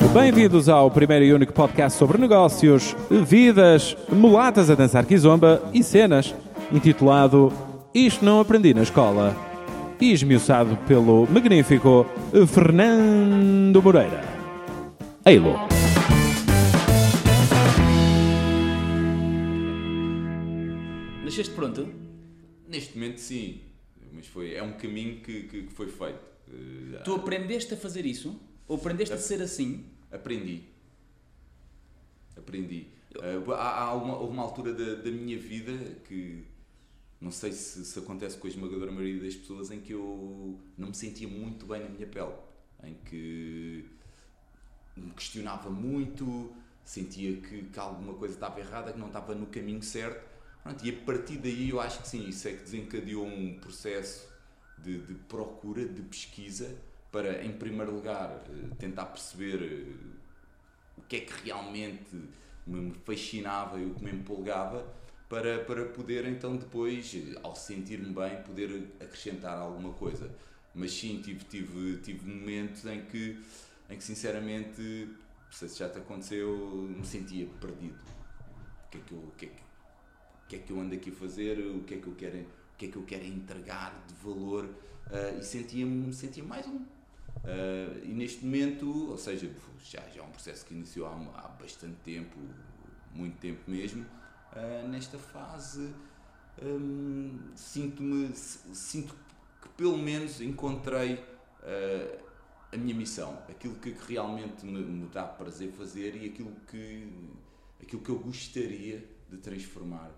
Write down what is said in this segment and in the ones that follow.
Bem-vindos ao primeiro e único podcast sobre negócios, vidas, mulatas a dançar kizomba e cenas, intitulado Isto Não Aprendi na Escola, e esmiuçado pelo magnífico Fernando Moreira. Eilo. Nasceste pronto? Neste momento sim, mas é um caminho que foi feito. Tu aprendeste a fazer isso? Ou aprendeste a ser assim? Aprendi. Houve uma altura da minha vida que, não sei se acontece com a esmagadora maioria das pessoas, em que eu não me sentia muito bem na minha pele. Em que me questionava muito, sentia que alguma coisa estava errada, que não estava no caminho certo. Pronto, e a partir daí eu acho que sim, isso é que desencadeou um processo de procura, de pesquisa, para, em primeiro lugar, tentar perceber o que é que realmente me fascinava e o que me empolgava, para poder então depois, ao sentir-me bem, poder acrescentar alguma coisa. Mas sim, tive momentos em que sinceramente, não sei se já te aconteceu, me sentia perdido. O que é que eu ando aqui a fazer, o que é que eu quero entregar de valor, e sentia-me mais um. E neste momento, ou seja, já é um processo que iniciou há bastante tempo, muito tempo mesmo, nesta fase sinto que pelo menos encontrei a minha missão, aquilo que realmente me dá prazer fazer e aquilo que eu gostaria de transformar,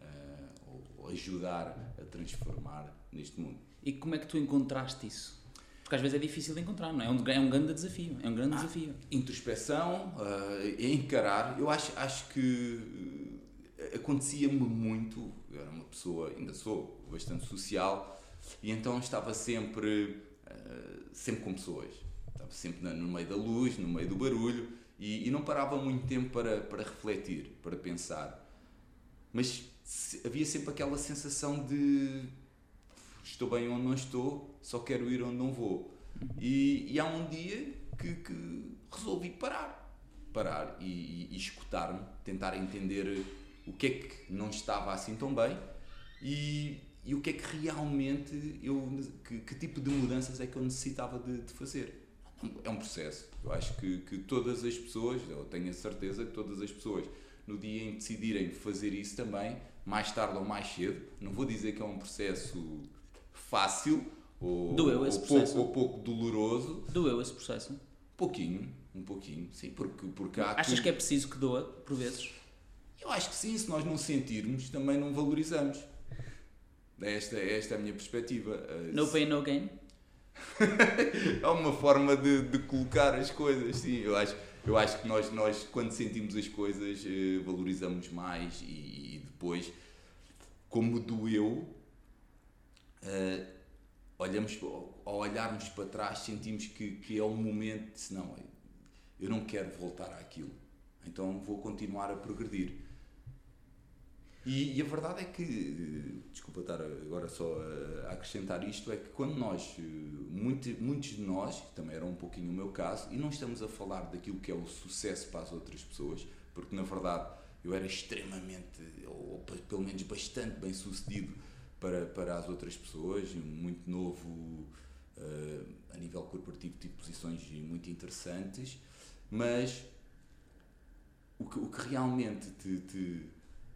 ou ajudar a transformar neste mundo. E como é que tu encontraste isso? Porque às vezes é difícil de encontrar, não é? É um grande desafio. Introspeção, encarar. Eu acho que acontecia-me muito. Eu era uma pessoa, ainda sou, bastante social, e então estava sempre com pessoas. Estava sempre no meio da luz, no meio do barulho, e não parava muito tempo para refletir, para pensar. Mas havia sempre aquela sensação de estou bem onde não estou, só quero ir onde não vou. E há um dia que resolvi parar e escutar-me, tentar entender o que é que não estava assim tão bem e o que é que realmente que tipo de mudanças é que eu necessitava de fazer. É um processo. Eu acho que todas as pessoas, eu tenho a certeza que todas as pessoas, no dia em que decidirem fazer isso também, mais tarde ou mais cedo, não vou dizer que é um processo fácil ou pouco doloroso. Doeu esse processo? Um pouquinho, sim, porque há... Achas que é preciso que doa, por vezes? Eu acho que sim, se nós não sentirmos, também não valorizamos. Esta é a minha perspectiva. No pain, no gain? É uma forma de colocar as coisas, sim. Eu acho que nós quando sentimos as coisas, valorizamos mais e depois, como doeu, ao olharmos para trás, sentimos que é um momento de se não, eu não quero voltar àquilo, então vou continuar a progredir. E a verdade é que, desculpa estar agora só a acrescentar isto, é que quando nós, muitos de nós, também era um pouquinho o meu caso, e não estamos a falar daquilo que é o sucesso para as outras pessoas, porque na verdade eu era extremamente, ou pelo menos bastante bem sucedido para as outras pessoas, muito novo, a nível corporativo, tive posições muito interessantes, mas o que realmente te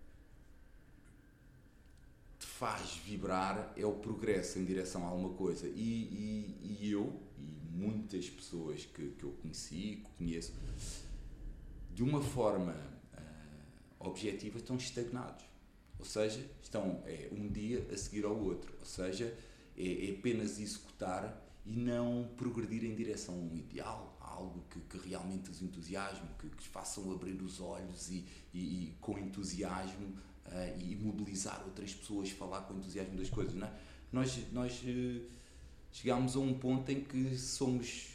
faz vibrar é o progresso em direção a alguma coisa. E eu, e muitas pessoas que eu conheci, que conheço, de uma forma objetiva, estão estagnados. Ou seja, estão um dia a seguir ao outro. Ou seja, é apenas executar e não progredir em direção a um ideal, a algo que realmente os entusiasme, que os façam abrir os olhos e com entusiasmo, e mobilizar outras pessoas, falar com entusiasmo das coisas, não é? Nós chegámos a um ponto em que somos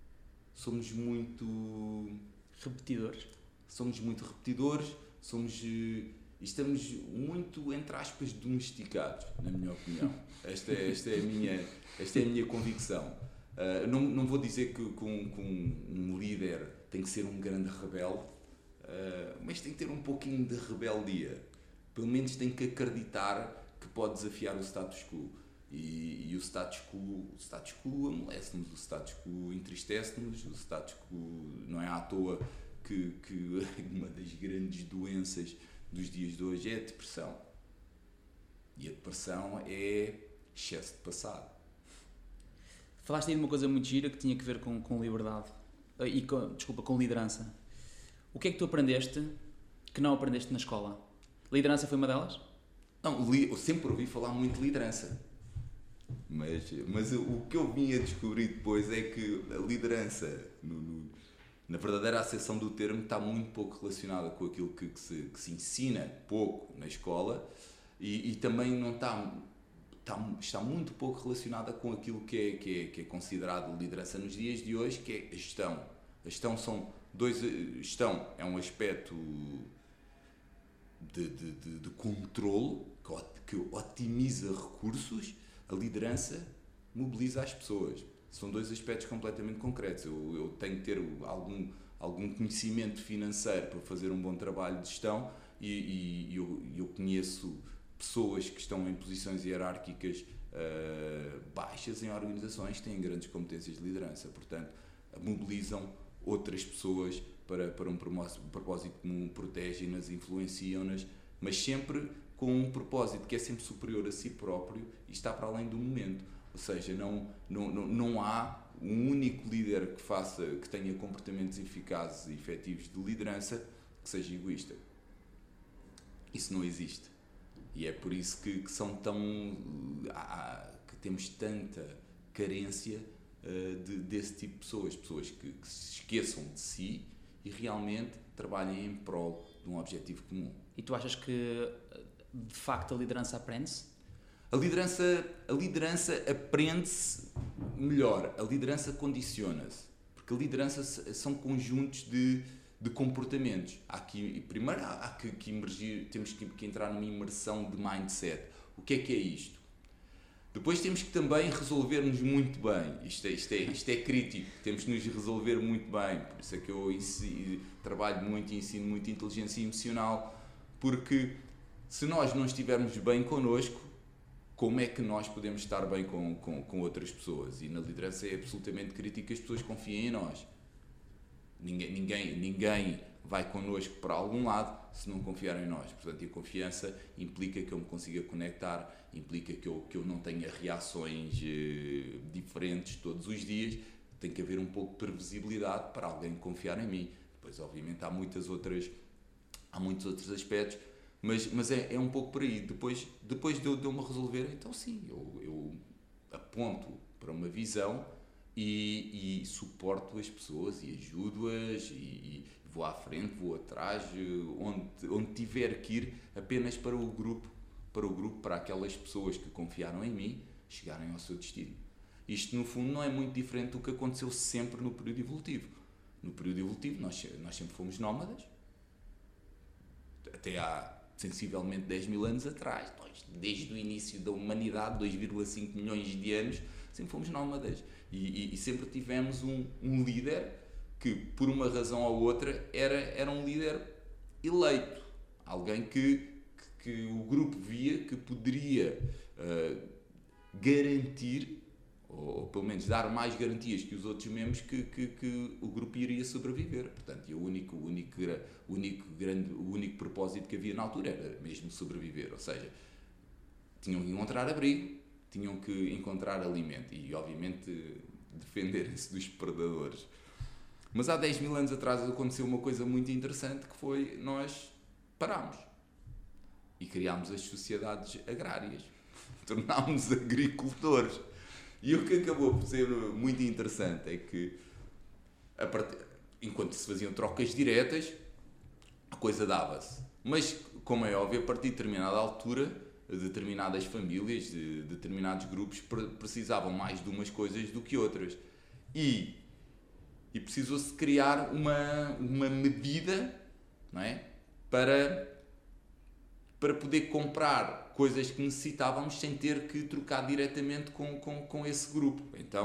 muito repetidores, estamos muito, entre aspas, domesticados, na minha opinião. Esta é a minha convicção. Não vou dizer que um líder tem que ser um grande rebelde, mas tem que ter um pouquinho de rebeldia. Pelo menos tem que acreditar que pode desafiar o status quo. E o status quo amolece-nos, o status quo entristece-nos, o status quo não é à toa que uma das grandes doenças dos dias de hoje é a depressão. E a depressão é excesso de passado. Falaste aí de uma coisa muito gira que tinha que ver com liberdade e com liderança. O que é que tu aprendeste que não aprendeste na escola? Liderança foi uma delas? Não, eu sempre ouvi falar muito de liderança. Mas o que eu vim a descobrir depois é que a liderança, na verdadeira acessão do termo, está muito pouco relacionada com aquilo que se ensina pouco na escola e também não está muito pouco relacionada com aquilo que é considerado liderança nos dias de hoje, que é a gestão. A gestão é um aspecto de controle que otimiza recursos. A liderança mobiliza as pessoas. São dois aspectos completamente concretos. Eu tenho que ter algum conhecimento financeiro para fazer um bom trabalho de gestão e eu conheço pessoas que estão em posições hierárquicas baixas em organizações que têm grandes competências de liderança. Portanto, mobilizam outras pessoas para um propósito comum, protegem-nas, influenciam-nas, mas sempre com um propósito que é sempre superior a si próprio e está para além do momento. Ou seja, não há um único líder que tenha comportamentos eficazes e efetivos de liderança que seja egoísta. Isso não existe. E é por isso que temos tanta carência desse tipo de pessoas que se esqueçam de si e realmente trabalhem em prol de um objetivo comum. E tu achas que, de facto, a liderança aprende-se? A liderança aprende-se melhor, a liderança condiciona-se, porque a liderança são conjuntos de comportamentos. Primeiro há que emergir, temos que entrar numa imersão de mindset. O que é isto? Depois temos que também resolver-nos muito bem. Isto é crítico, temos que nos resolver muito bem. Por isso é que eu trabalho muito e ensino muito inteligência emocional, porque se nós não estivermos bem connosco, como é que nós podemos estar bem com outras pessoas? E na liderança é absolutamente crítico que as pessoas confiem em nós. Ninguém vai connosco para algum lado se não confiar em nós. Portanto, a confiança implica que eu me consiga conectar, implica que eu não tenha reações diferentes todos os dias. Tem que haver um pouco de previsibilidade para alguém confiar em mim. Depois, obviamente, há muitos outros aspectos, mas é um pouco por aí. Depois de eu me resolver, então sim, eu aponto para uma visão e suporto as pessoas e ajudo-as e vou à frente, vou atrás, onde tiver que ir, apenas para o grupo, para aquelas pessoas que confiaram em mim chegarem ao seu destino. Isto, no fundo, não é muito diferente do que aconteceu sempre no período evolutivo. No período evolutivo, nós sempre fomos nómadas, até há sensivelmente 10 mil anos atrás. Nós, desde o início da humanidade, 2,5 milhões de anos, sempre fomos nómadas. E sempre tivemos um líder que, por uma razão ou outra, era um líder eleito. Alguém que o grupo via que poderia garantir, ou pelo menos dar mais garantias que os outros membros, que o grupo iria sobreviver. Portanto, e o único propósito que havia na altura era mesmo sobreviver. Ou seja, tinham que encontrar abrigo, tinham que encontrar alimento e, obviamente, defenderem-se dos predadores. Mas há 10 mil anos atrás aconteceu uma coisa muito interessante, que foi nós parámos e criámos as sociedades agrárias, tornámos agricultores. E o que acabou por ser muito interessante é que, enquanto se faziam trocas diretas, a coisa dava-se. Mas, como é óbvio, a partir de determinada altura, determinadas famílias, de determinados grupos precisavam mais de umas coisas do que outras. E precisou-se criar uma medida, não é? Para poder comprar coisas que necessitávamos sem ter que trocar diretamente com esse grupo. Então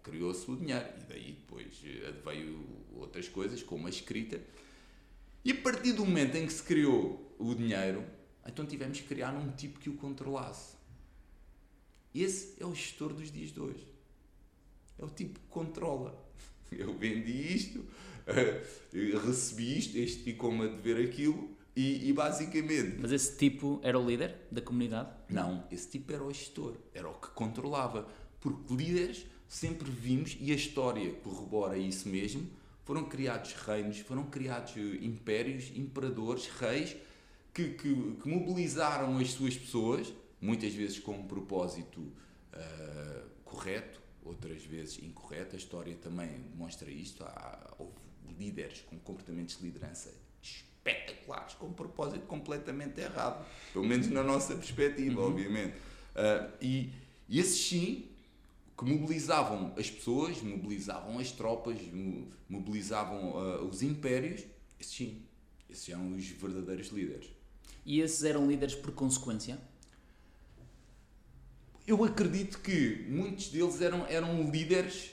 criou-se o dinheiro e daí depois veio outras coisas como a escrita. E a partir do momento em que se criou o dinheiro, então tivemos que criar um tipo que o controlasse. Esse é o gestor dos dias de hoje. É o tipo que controla. Eu vendi isto, recebi isto, este ficou-me a dever aquilo e basicamente... Mas esse tipo era o líder da comunidade? Não, esse tipo era o gestor, era o que controlava. Porque líderes sempre vimos, e a história corrobora isso mesmo, foram criados reinos, foram criados impérios, imperadores, reis, que mobilizaram as suas pessoas, muitas vezes com um propósito correto, outras vezes incorreto. A história também demonstra isto. Houve líderes com comportamentos de liderança espetaculares, com um propósito completamente errado, pelo menos na nossa perspectiva, obviamente. E esses sim, que mobilizavam as pessoas, mobilizavam as tropas, mobilizavam os impérios, esses eram os verdadeiros líderes. E esses eram líderes por consequência? Eu acredito que muitos deles eram líderes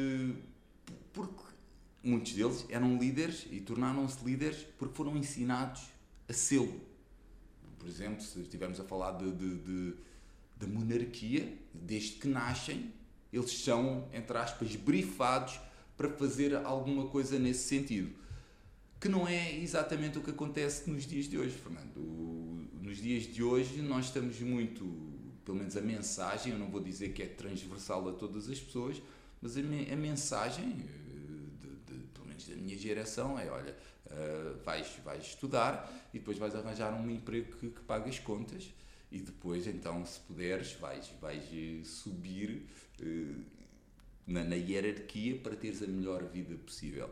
porque muitos deles eram líderes e tornaram-se líderes porque foram ensinados a sê-lo. Por exemplo, se estivermos a falar da monarquia, desde que nascem, eles são, entre aspas, brifados para fazer alguma coisa nesse sentido. Que não é exatamente o que acontece nos dias de hoje, Fernando. Nos dias de hoje nós estamos muito, pelo menos a mensagem, eu não vou dizer que é transversal a todas as pessoas, mas a mensagem, pelo menos da minha geração, é, olha, vais estudar e depois vais arranjar um emprego que pague as contas e depois, então, se puderes, vais subir na hierarquia para teres a melhor vida possível.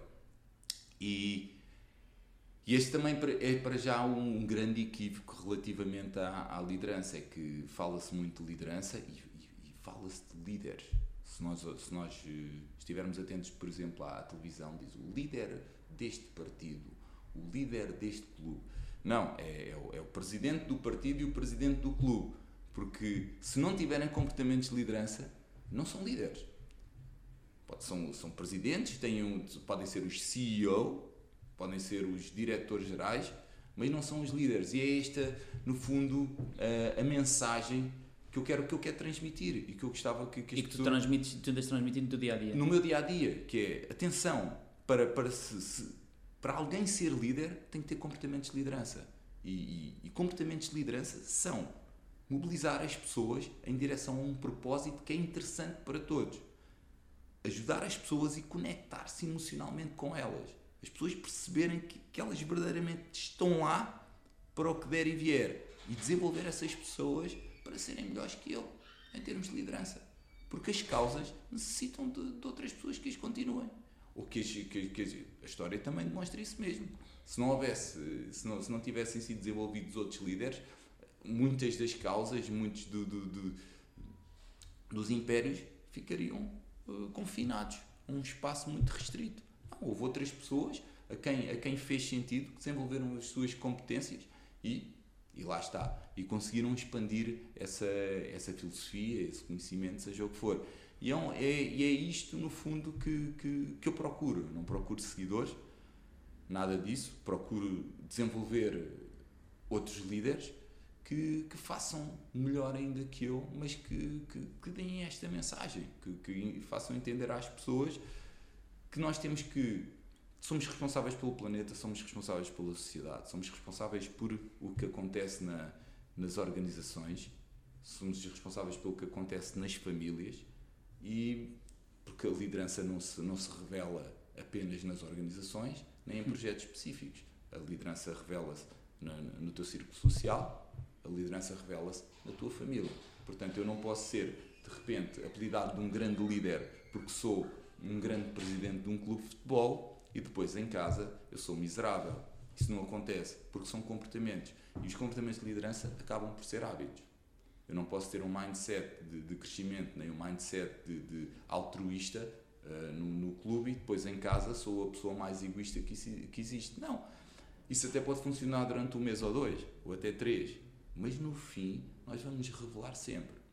E este também é para já um grande equívoco relativamente à liderança, é que fala-se muito de liderança e fala-se de líderes. Se nós estivermos atentos, por exemplo, à televisão, diz o líder deste partido, o líder deste clube. Não, é o presidente do partido e o presidente do clube, porque se não tiverem comportamentos de liderança, não são líderes. São presidentes, podem ser os CEO, podem ser os diretores gerais, mas não são os líderes. E é esta, no fundo, a mensagem que eu quero transmitir e que eu gostava que as pessoas... E que tu andas transmitir no teu dia-a-dia. No meu dia-a-dia, que é, atenção, para alguém ser líder, tem que ter comportamentos de liderança. E comportamentos de liderança são mobilizar as pessoas em direção a um propósito que é interessante para todos. Ajudar as pessoas e conectar-se emocionalmente com elas. As pessoas perceberem que elas verdadeiramente estão lá para o que der e vier. E desenvolver essas pessoas para serem melhores que ele, em termos de liderança. Porque as causas necessitam de outras pessoas que as continuem. Ou que a história também demonstra isso mesmo. Se não tivessem sido desenvolvidos outros líderes, muitas das causas, muitos dos impérios ficariam confinados a um espaço muito restrito. Não, houve outras pessoas a quem fez sentido, que desenvolveram as suas competências e lá está. E conseguiram expandir essa filosofia, esse conhecimento, seja o que for. E é isto, no fundo, que eu procuro. Eu não procuro seguidores, nada disso. Procuro desenvolver outros líderes que façam melhor ainda que eu, mas que deem esta mensagem, que façam entender às pessoas que nós somos responsáveis pelo planeta, somos responsáveis pela sociedade, somos responsáveis por o que acontece nas organizações, somos responsáveis pelo que acontece nas famílias. E porque a liderança não se revela apenas nas organizações, nem em projetos específicos. A liderança revela-se no teu círculo social, a liderança revela-se na tua família. Portanto, eu não posso ser, de repente, apelidado de um grande líder porque sou um grande presidente de um clube de futebol e depois em casa eu sou miserável. Isso não acontece, porque são comportamentos. E os comportamentos de liderança acabam por ser hábitos. Eu não posso ter um mindset de crescimento, nem um mindset de altruísta no clube e depois em casa sou a pessoa mais egoísta que existe. Não. Isso até pode funcionar durante um mês ou 2, ou até 3. Mas no fim, nós vamos nos revelar sempre.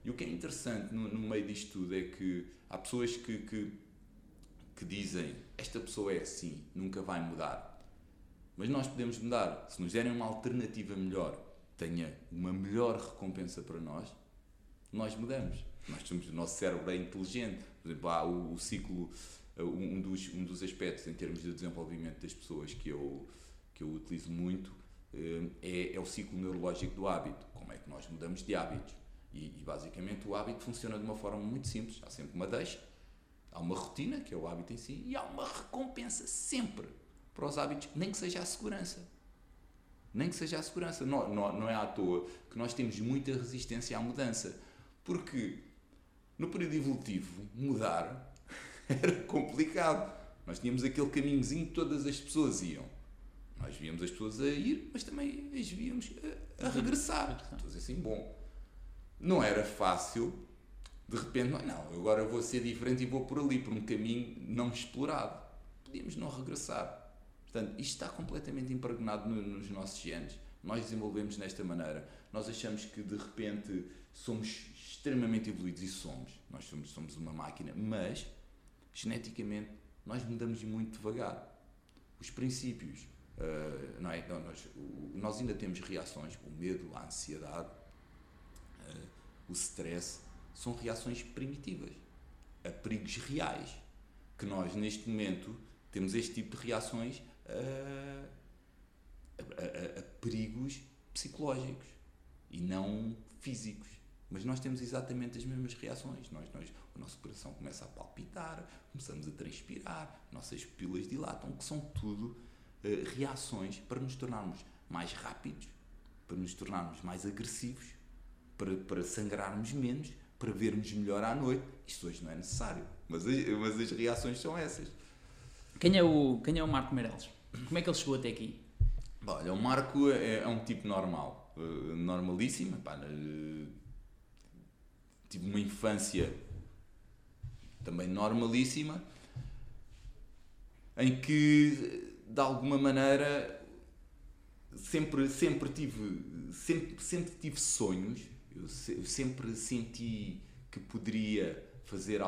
E o que é interessante no meio disto tudo é que há pessoas que dizem esta pessoa é assim, nunca vai mudar. Mas nós podemos mudar. Se nos derem uma alternativa melhor, tenha uma melhor recompensa para nós mudamos. O nosso cérebro é inteligente. Por exemplo, há o ciclo, um dos aspectos em termos de desenvolvimento das pessoas que eu utilizo muito é o ciclo neurológico do hábito. Como é que nós mudamos de hábitos? E basicamente o hábito funciona de uma forma muito simples. Há sempre uma deixa, há uma rotina, que é o hábito em si, e há uma recompensa sempre para os hábitos, nem que seja a segurança. Nem que seja a segurança. Não é à toa que nós temos muita resistência à mudança. Porque no período evolutivo, mudar era complicado. Nós tínhamos aquele caminhozinho que todas as pessoas iam. Nós víamos as pessoas a ir, mas também as víamos a regressar. Então, assim, bom, não era fácil, de repente, não, agora vou ser diferente e vou por ali, por um caminho não explorado. Podíamos não regressar. Portanto, isto está completamente impregnado nos nossos genes. Nós desenvolvemos desta maneira. Nós achamos que, de repente, somos extremamente evoluídos, e somos. Nós somos uma máquina, mas, geneticamente, nós mudamos muito devagar. Os princípios, não é? Nós ainda temos reações, o medo, a ansiedade, o stress, são reações primitivas a perigos reais, que nós, neste momento, temos este tipo de reações a perigos psicológicos e não físicos. Mas nós temos exatamente as mesmas reações. O nosso coração começa a palpitar, começamos a transpirar, nossas pupilas dilatam, que são tudo reações para nos tornarmos mais rápidos, para nos tornarmos mais agressivos, para sangrarmos menos, para vermos melhor à noite. Isto hoje não é necessário, mas as reações são essas. Quem é o Marco Meireles? Como é que ele chegou até aqui? Bom, olha, o Marco é um tipo normal, normalíssimo. Tive uma infância também normalíssima, em que, de alguma maneira, sempre tive sonhos. Eu sempre senti que poderia fazer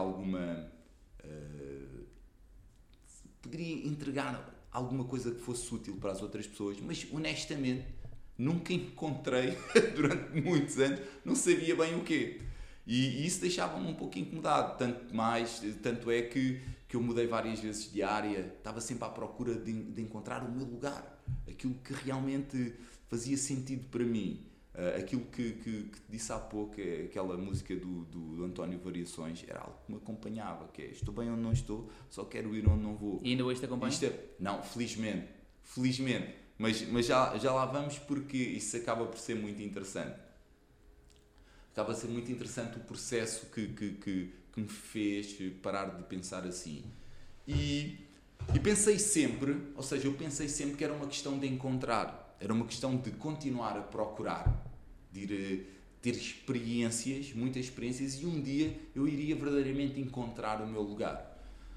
poderia entregar alguma coisa que fosse útil para as outras pessoas, mas honestamente nunca encontrei, durante muitos anos, não sabia bem o quê. E isso deixava-me um pouco incomodado, tanto é que eu mudei várias vezes de área, estava sempre à procura de encontrar o meu lugar, aquilo que realmente fazia sentido para mim. Aquilo que disse há pouco, aquela música do António Variações, era algo que me acompanhava, que é: estou bem onde não estou, só quero ir onde não vou. E ainda hoje te acompanha? Não, felizmente, mas já lá vamos, porque isso acaba por ser muito interessante. Acaba a ser muito interessante o processo que me fez parar de pensar assim. E pensei sempre, eu pensei sempre que era uma questão de encontrar. Era uma questão de continuar a procurar, de ir ter experiências, muitas experiências, e um dia eu iria verdadeiramente encontrar o meu lugar.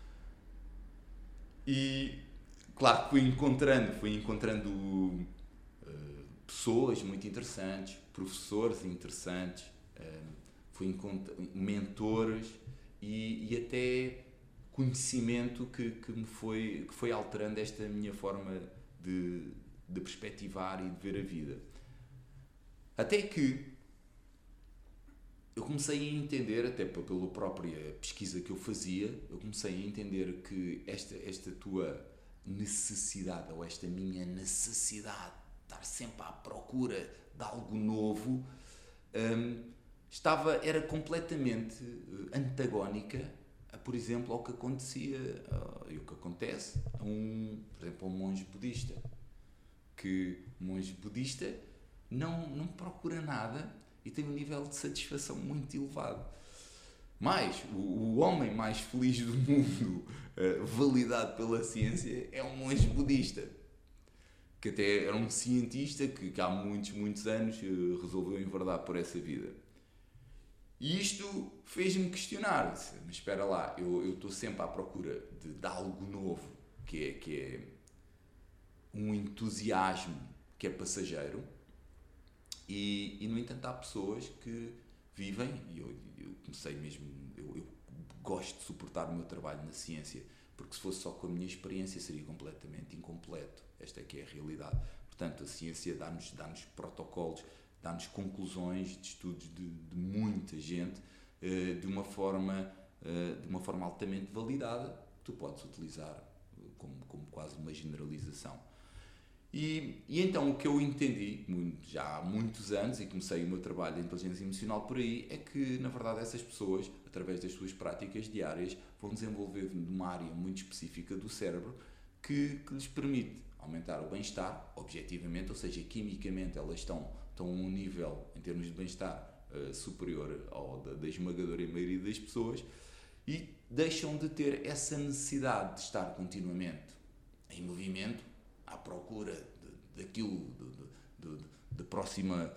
E, claro que fui encontrando pessoas muito interessantes, professores interessantes, fui encontrando mentores e até conhecimento que foi alterando esta minha forma de perspectivar e de ver a vida. Até que eu comecei a entender, até pela própria pesquisa que eu fazia, eu comecei a entender que esta tua necessidade, ou esta minha necessidade de estar sempre à procura de algo novo, era completamente antagónica, por exemplo, ao que acontecia e o que acontece por exemplo, a um monge budista. Que um monge budista não procura nada e tem um nível de satisfação muito elevado. Mas o homem mais feliz do mundo, validado pela ciência, é um monge budista, que até era um cientista que há muitos anos resolveu enverdar por essa vida. E isto fez-me questionar. Mas espera lá, eu estou sempre à procura de algo novo, que é um entusiasmo que é passageiro, e no entanto há pessoas que vivem, e eu comecei mesmo, eu gosto de suportar o meu trabalho na ciência, porque se fosse só com a minha experiência seria completamente incompleto. Esta é que é a realidade. Portanto, a ciência dá-nos protocolos, dá-nos conclusões de estudos de muita gente, de uma forma altamente validada, que tu podes utilizar como quase uma generalização. E então o que eu entendi já há muitos anos, e comecei o meu trabalho de inteligência emocional por aí, é que na verdade essas pessoas, através das suas práticas diárias, vão desenvolver uma área muito específica do cérebro que lhes permite aumentar o bem-estar, objetivamente, ou seja, quimicamente elas estão a um nível, em termos de bem-estar, superior ao da esmagadora maioria das pessoas, e deixam de ter essa necessidade de estar continuamente em movimento, à procura daquilo, da próxima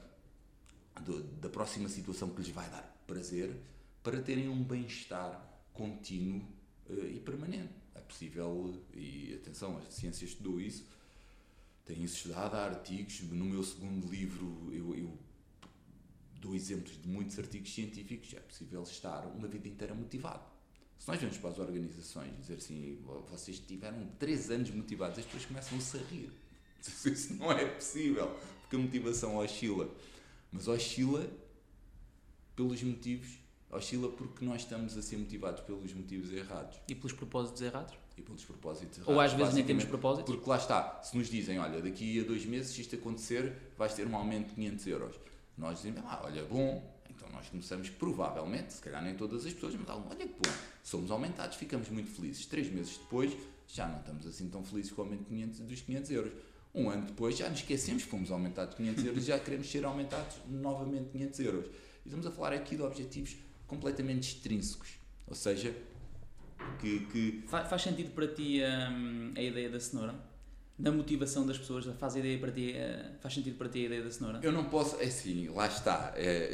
situação que lhes vai dar prazer, para terem um bem-estar contínuo e permanente. É possível, e atenção, a ciência estudou isso, tem isso estudado, há artigos. No meu segundo livro eu dou exemplos de muitos artigos científicos. É possível estar uma vida inteira motivado. Se nós vamos para as organizações e dizer assim, vocês tiveram 3 anos motivados, as pessoas começam-se a rir. Isso não é possível, porque a motivação oscila. Mas oscila pelos motivos, oscila porque nós estamos a ser motivados pelos motivos errados. E pelos propósitos errados? E pelos propósitos errados. Ou às vezes nem temos propósitos? Porque lá está, se nos dizem, olha, daqui a 2 meses, se isto acontecer, vais ter um aumento de 500 euros. Nós dizemos, olha, bom, então nós começamos, provavelmente, se calhar nem todas as pessoas, mas olha que bom, somos aumentados, ficamos muito felizes. 3 meses depois, já não estamos assim tão felizes com o aumento dos 500 euros. 1 ano depois, já nos esquecemos que fomos aumentados 500 euros e já queremos ser aumentados novamente 500 euros. E estamos a falar aqui de objetivos completamente extrínsecos, ou seja, que... Faz sentido para ti a ideia da cenoura? Da motivação das pessoas? Faz sentido para ti a ideia da cenoura? Eu não posso... É assim, lá está.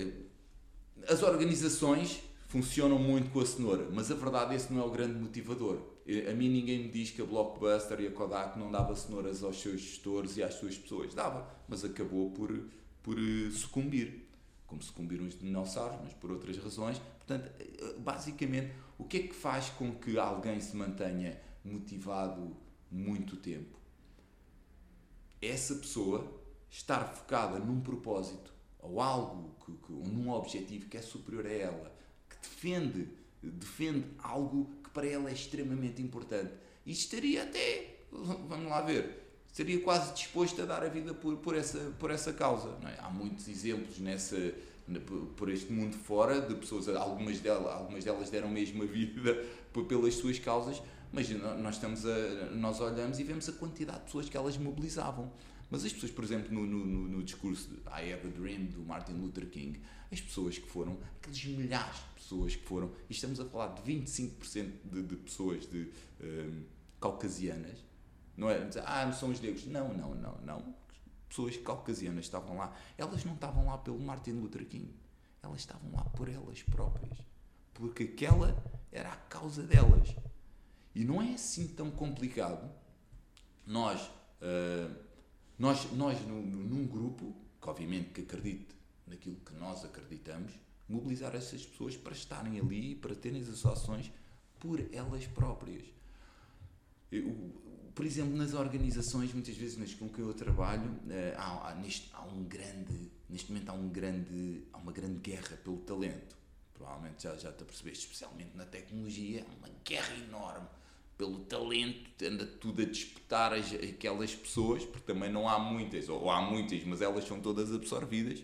As organizações funcionam muito com a cenoura, mas a verdade esse não é o grande motivador. A mim ninguém me diz que a Blockbuster e a Kodak não dava cenouras aos seus gestores e às suas pessoas. Dava, mas acabou por sucumbir. Como sucumbiram os dinossauros, mas por outras razões. Portanto, basicamente, o que é que faz com que alguém se mantenha motivado muito tempo? Essa pessoa estar focada num propósito ou algo, ou num objetivo que é superior a ela, que defende algo que para ela é extremamente importante. E estaria até, vamos lá ver, estaria quase disposto a dar a vida por essa causa. Não é? Há muitos exemplos por este mundo fora de pessoas, algumas delas deram mesmo a vida pelas suas causas, mas nós olhamos e vemos a quantidade de pessoas que elas mobilizavam. Mas as pessoas, por exemplo, no discurso de I Have a Dream, do Martin Luther King, as pessoas que foram, aqueles milhares de pessoas que foram, e estamos a falar de 25% de pessoas caucasianas, não é? Não são os negros. Não. Pessoas caucasianas estavam lá. Elas não estavam lá pelo Martin Luther King. Elas estavam lá por elas próprias. Porque aquela era a causa delas. E não é assim tão complicado nós num grupo, que obviamente que acredite naquilo que nós acreditamos, mobilizar essas pessoas para estarem ali, para terem as ações por elas próprias. Por exemplo, nas organizações, muitas vezes com que eu trabalho, neste momento há uma grande guerra pelo talento. Provavelmente já te percebeste, especialmente na tecnologia, há uma guerra enorme pelo talento, anda tudo a disputar aquelas pessoas, porque também não há muitas, ou há muitas, mas elas são todas absorvidas.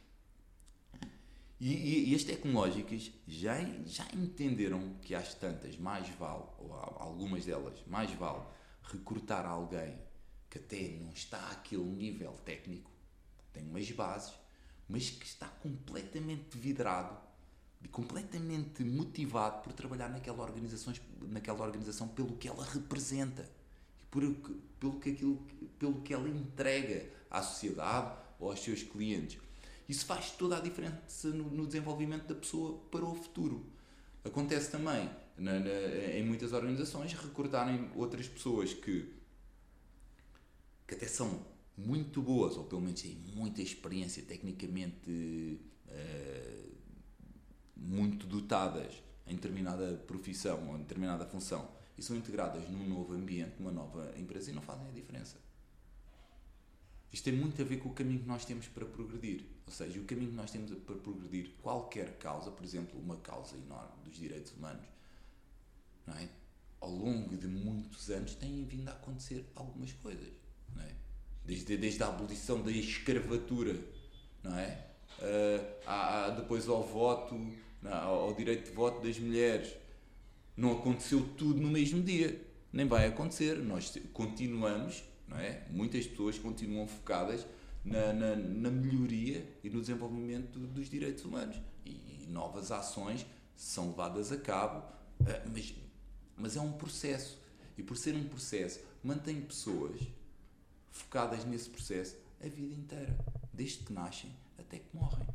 E as tecnológicas já entenderam que às tantas mais vale, ou algumas delas, mais vale recrutar alguém que até não está àquele nível técnico, tem umas bases, mas que está completamente vidrado, completamente motivado por trabalhar naquela organização pelo que ela representa, pelo que ela entrega à sociedade ou aos seus clientes. Isso faz toda a diferença no desenvolvimento da pessoa para o futuro. Acontece também em muitas organizações recrutarem outras pessoas que até são muito boas, ou pelo menos têm muita experiência tecnicamente muito dotadas em determinada profissão ou em determinada função e são integradas num novo ambiente, numa nova empresa e não fazem a diferença. Isto tem muito a ver com o caminho que nós temos para progredir. Ou seja, o caminho que nós temos para progredir qualquer causa, por exemplo, uma causa enorme dos direitos humanos, não é? Ao longo de muitos anos têm vindo a acontecer algumas coisas, não é? Desde a abolição da escravatura, não é? Depois ao voto, ao direito de voto das mulheres. Não aconteceu tudo no mesmo dia, nem vai acontecer. Nós continuamos, não é? Muitas pessoas continuam focadas na melhoria e no desenvolvimento dos direitos humanos e novas ações são levadas a cabo, mas é um processo, e por ser um processo mantém pessoas focadas nesse processo a vida inteira, desde que nascem até que morrem.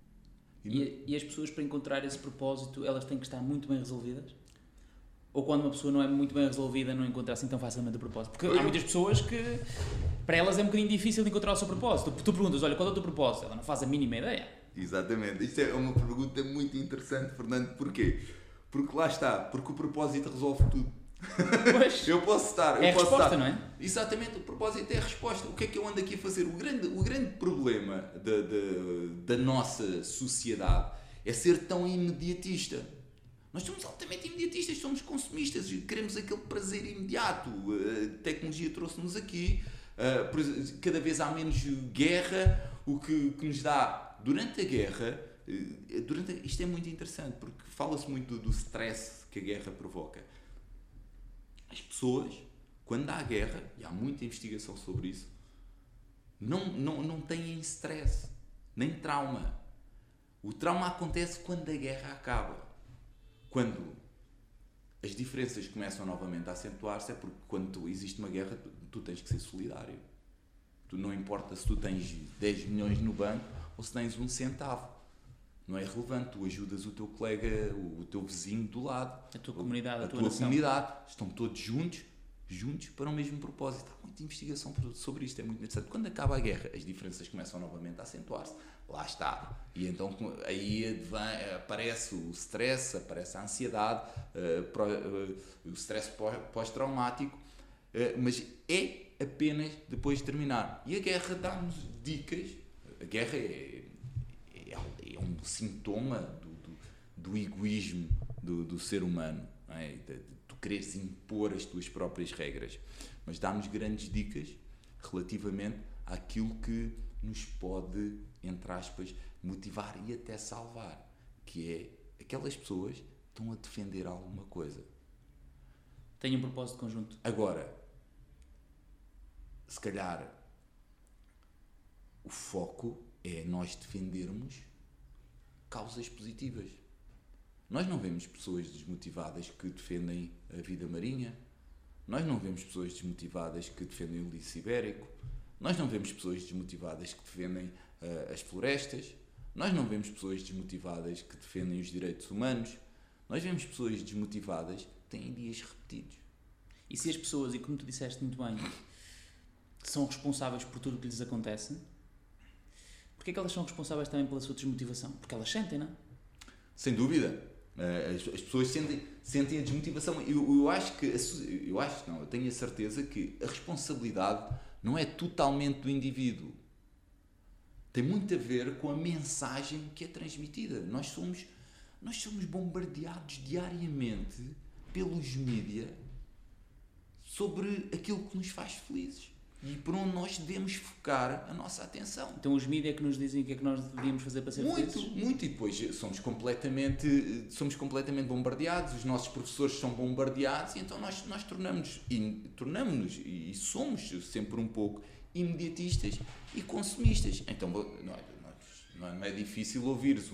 E as pessoas, para encontrar esse propósito, elas têm que estar muito bem resolvidas? Ou quando uma pessoa não é muito bem resolvida, não encontra assim tão facilmente o propósito? Porque há muitas pessoas que, para elas é um bocadinho difícil de encontrar o seu propósito. Tu perguntas, olha, qual é o teu propósito? Ela não faz a mínima ideia. Exatamente. Isto é uma pergunta muito interessante, Fernando. Porquê? Porque lá está. Porque o propósito resolve tudo. Pois. Eu posso estar... É a resposta, não é? Exatamente. O propósito é a resposta. O que é que eu ando aqui a fazer? O grande problema da nossa sociedade é ser tão imediatista. Nós somos altamente imediatistas, somos consumistas, queremos aquele prazer imediato. A tecnologia trouxe-nos aqui, cada vez há menos guerra, o que nos dá durante a guerra. Isto é muito interessante, porque fala-se muito do stress que a guerra provoca. As pessoas, quando há guerra, e há muita investigação sobre isso, não têm stress, nem trauma. O trauma acontece quando a guerra acaba. Quando as diferenças começam novamente a acentuar-se, é porque quando existe uma guerra, tu tens que ser solidário. Não importa se tu tens 10 milhões no banco ou se tens 1 centavo. Não é relevante. Tu ajudas o teu colega, o teu vizinho do lado. A tua comunidade, a tua comunidade. Estão todos juntos para o mesmo propósito. Há muita investigação sobre isto, é muito interessante. Quando acaba a guerra, as diferenças começam novamente a acentuar-se. Lá está. E então aí aparece o stress, aparece a ansiedade, o stress pós-traumático, mas é apenas depois de terminar. E a guerra dá-nos dicas. A guerra é um sintoma do egoísmo do ser humano, não é? De tu quereres impor as tuas próprias regras, mas dá-nos grandes dicas relativamente àquilo que nos pode, entre aspas, motivar e até salvar, que é aquelas pessoas que estão a defender alguma coisa. Tem um propósito conjunto. Agora, se calhar o foco é nós defendermos causas positivas. Nós não vemos pessoas desmotivadas que defendem a vida marinha. Nós não vemos pessoas desmotivadas que defendem o lince ibérico. Nós não vemos pessoas desmotivadas que defendem as florestas. Nós não vemos pessoas desmotivadas que defendem os direitos humanos. Nós vemos pessoas desmotivadas que têm dias repetidos. E se as pessoas, e como tu disseste muito bem, são responsáveis por tudo o que lhes acontece, porquê é que elas são responsáveis também pela sua desmotivação? Porque elas sentem, não é? Sem dúvida. As pessoas sentem a desmotivação. Eu tenho a certeza que a responsabilidade não é totalmente do indivíduo. Tem muito a ver com a mensagem que é transmitida. Nós somos bombardeados diariamente pelos mídia sobre aquilo que nos faz felizes e por onde nós devemos focar a nossa atenção. Então os mídia que nos dizem o que é que nós devíamos fazer para ser felizes? Muito, e depois somos completamente bombardeados, os nossos professores são bombardeados, e então nós tornamos-nos e somos sempre um pouco imediatistas e consumistas. Então não é difícil ouvires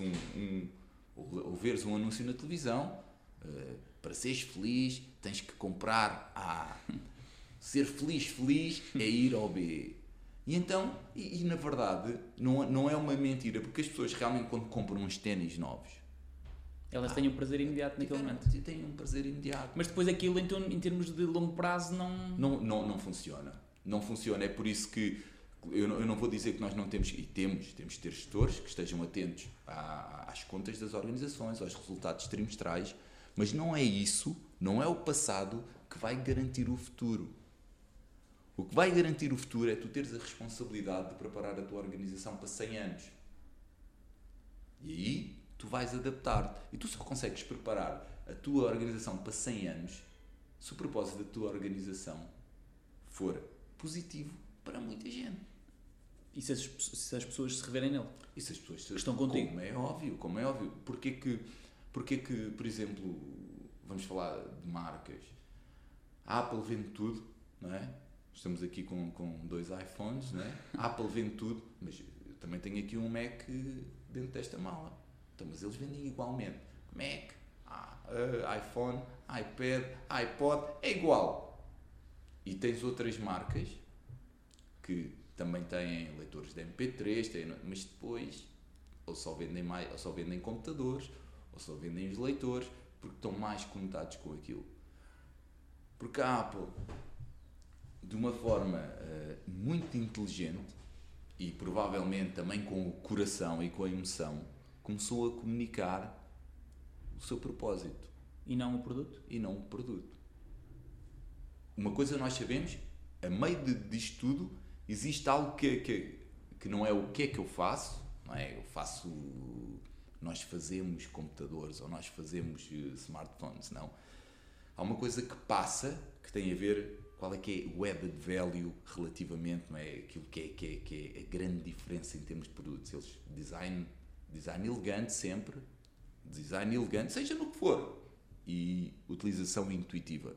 um anúncio na televisão, para seres feliz tens que comprar A. Ser feliz é ir ao B. E então, na verdade, não é uma mentira, porque as pessoas realmente, quando compram uns ténis novos, elas têm um prazer imediato naquele momento. Têm um prazer imediato. Mas depois aquilo, então, em termos de longo prazo, não funciona. Não funciona. É por isso que Eu não vou dizer que nós não temos, e temos de ter gestores que estejam atentos às contas das organizações, aos resultados trimestrais, mas não é isso, não é o passado que vai garantir o futuro. O que vai garantir o futuro é tu teres a responsabilidade de preparar a tua organização para 100 anos. E aí tu vais adaptar-te. E tu só consegues preparar a tua organização para 100 anos se o propósito da tua organização for positivo para muita gente. E se as pessoas se reverem nele? E se as pessoas estão contigo? Como é óbvio. Porquê que, por exemplo, vamos falar de marcas, a Apple vende tudo, não é? Estamos aqui com 2 iPhones, não é? A Apple vende tudo, mas eu também tenho aqui um Mac dentro desta mala. Então, mas eles vendem igualmente. Mac, iPhone, iPad, iPod, é igual. E tens outras marcas que também têm leitores de MP3, mas depois ou só vendem computadores, ou só vendem os leitores, porque estão mais conectados com aquilo. Porque a Apple, de uma forma muito inteligente, e provavelmente também com o coração e com a emoção, começou a comunicar o seu propósito. E não o produto? E não o produto. Uma coisa nós sabemos, a meio disto tudo, existe algo que não é o que é que eu faço, não é? Nós fazemos computadores ou nós fazemos smartphones, não. Há uma coisa que passa, que tem a ver qual é que é o added value relativamente, não é? Aquilo que é a grande diferença em termos de produtos. Eles design elegante sempre, design elegante, seja no que for, e utilização intuitiva.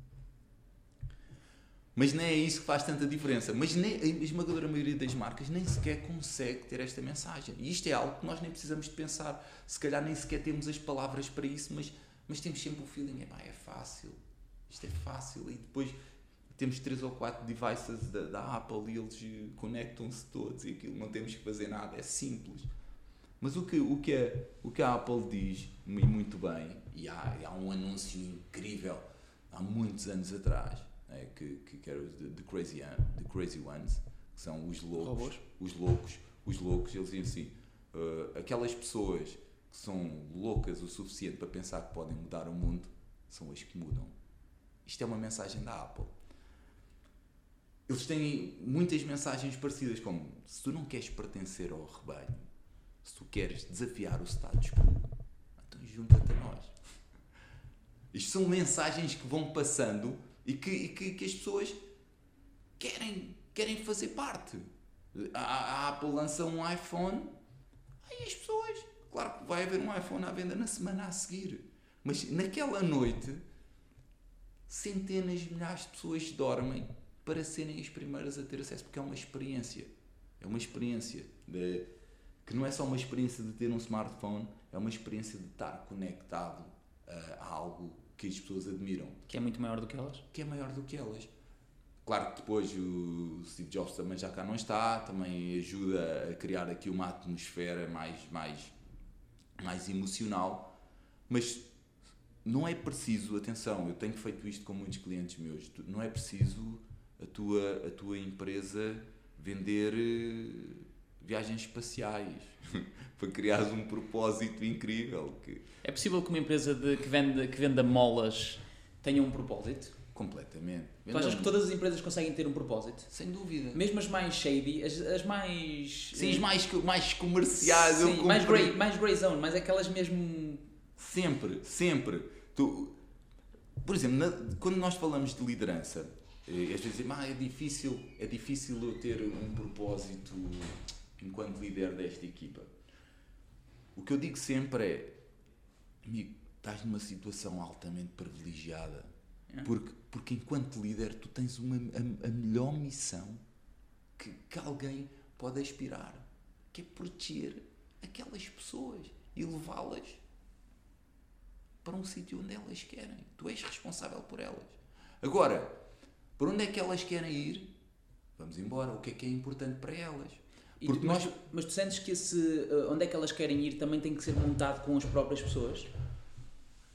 Mas nem é isso que faz tanta diferença. Mas a esmagadora maioria das marcas nem sequer consegue ter esta mensagem. E isto é algo que nós nem precisamos de pensar. Se calhar nem sequer temos as palavras para isso, mas temos sempre o feeling, é fácil. Isto é fácil. E depois temos 3 ou 4 devices da Apple e eles conectam-se todos e aquilo não temos que fazer nada. É simples. Mas o que a Apple diz, e muito bem, e há um anúncio incrível há muitos anos atrás, que era The Crazy Ones, que são os loucos. Os loucos, eles dizem assim, aquelas pessoas que são loucas o suficiente para pensar que podem mudar o mundo, são as que mudam. Isto é uma mensagem da Apple. Eles têm muitas mensagens parecidas, como se tu não queres pertencer ao rebanho, se tu queres desafiar o status quo, então junta-te a nós. Isto são mensagens que vão passando e que as pessoas querem fazer parte. A Apple lança um iPhone, aí as pessoas, claro que vai haver um iPhone à venda na semana a seguir, mas naquela noite centenas de milhares de pessoas dormem para serem as primeiras a ter acesso, porque é uma experiência que não é só uma experiência de ter um smartphone, é uma experiência de estar conectado a algo que as pessoas admiram. Que é muito maior do que elas? Que é maior do que elas. Claro que depois o Steve Jobs também já cá não está, também ajuda a criar aqui uma atmosfera mais emocional, mas não é preciso, atenção, eu tenho feito isto com muitos clientes meus, não é preciso a tua empresa vender viagens espaciais para criares um propósito incrível. É possível que uma empresa que venda molas tenha um propósito? Completamente. Tu achas que todas as empresas conseguem ter um propósito? Sem dúvida. Mesmo as mais shady, as mais... Sim, as mais comerciais. Sim, mais grey zone, mais aquelas mesmo... Sempre. Por exemplo, quando nós falamos de liderança, às vezes dizem, é difícil eu ter um propósito enquanto líder desta equipa. O que eu digo sempre é, amigo, estás numa situação altamente privilegiada, porque enquanto líder tu tens a melhor missão que alguém pode aspirar, que é proteger aquelas pessoas e levá-las para um sítio onde elas querem. Tu és responsável por elas. Agora, por onde é que elas querem ir? Vamos embora. O que é importante para elas? Mas tu sentes que onde é que elas querem ir também tem que ser montado com as próprias pessoas?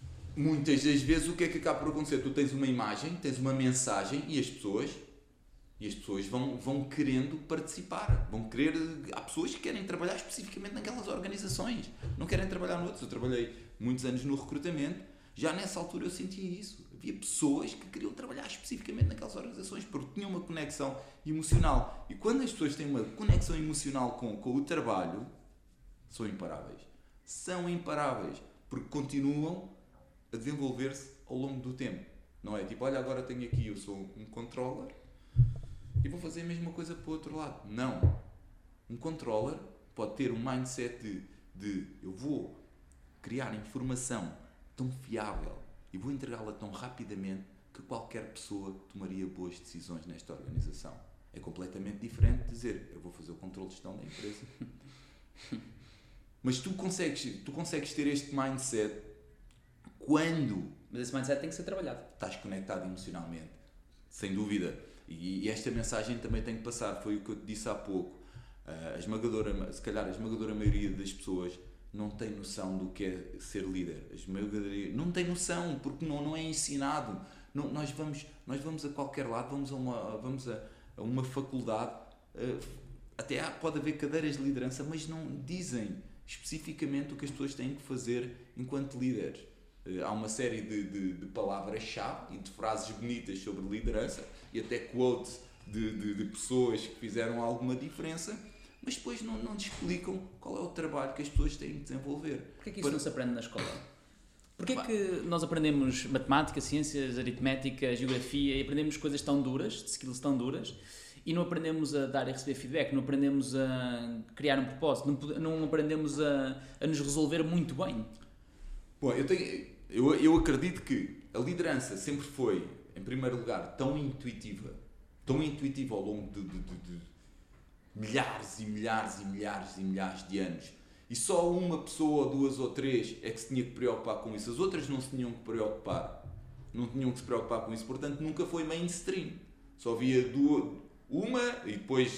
Muitas das vezes o que é que acaba por acontecer? Tu tens uma imagem, tens uma mensagem e as pessoas E as pessoas vão querendo participar, há pessoas que querem trabalhar especificamente naquelas organizações, não querem trabalhar noutras. Eu trabalhei muitos anos no recrutamento, já nessa altura eu sentia isso. Havia pessoas que queriam trabalhar especificamente naquelas organizações porque tinham uma conexão emocional. E quando as pessoas têm uma conexão emocional com o trabalho, são imparáveis. São imparáveis, porque continuam a desenvolver-se ao longo do tempo. Não é tipo, olha, agora tenho aqui, eu sou um controller e vou fazer a mesma coisa para o outro lado. Não. Um controller pode ter um mindset de eu vou criar informação tão fiável e vou entregá-la tão rapidamente que qualquer pessoa tomaria boas decisões nesta organização. É completamente diferente de dizer, eu vou fazer o controle de gestão da empresa. Mas tu consegues ter este mindset quando... Mas esse mindset tem que ser trabalhado. Estás conectado emocionalmente, sem dúvida. E esta mensagem também tem que passar, foi o que eu te disse há pouco. Se calhar a esmagadora maioria das pessoas não tem noção do que é ser líder. Não tem noção, porque não é ensinado. Nós vamos a qualquer lado, vamos a uma faculdade, até pode haver cadeiras de liderança, mas não dizem especificamente o que as pessoas têm que fazer enquanto líderes. Há uma série de palavras-chave e de frases bonitas sobre liderança e até quotes de pessoas que fizeram alguma diferença, mas depois não te explicam qual é o trabalho que as pessoas têm que desenvolver. Porquê que isso não se aprende na escola? Porquê que nós aprendemos matemática, ciências, aritmética, geografia e aprendemos coisas tão duras, de skills tão duras, e não aprendemos a dar e receber feedback, não aprendemos a criar um propósito, não aprendemos a nos resolver muito bem? Bom, eu acredito que a liderança sempre foi, em primeiro lugar, tão intuitiva ao longo de milhares e milhares e milhares e milhares de anos. E só uma pessoa, ou duas ou três é que se tinha que preocupar com isso. As outras não se tinham que preocupar. Não tinham que se preocupar com isso. Portanto, nunca foi mainstream. Só havia uma e depois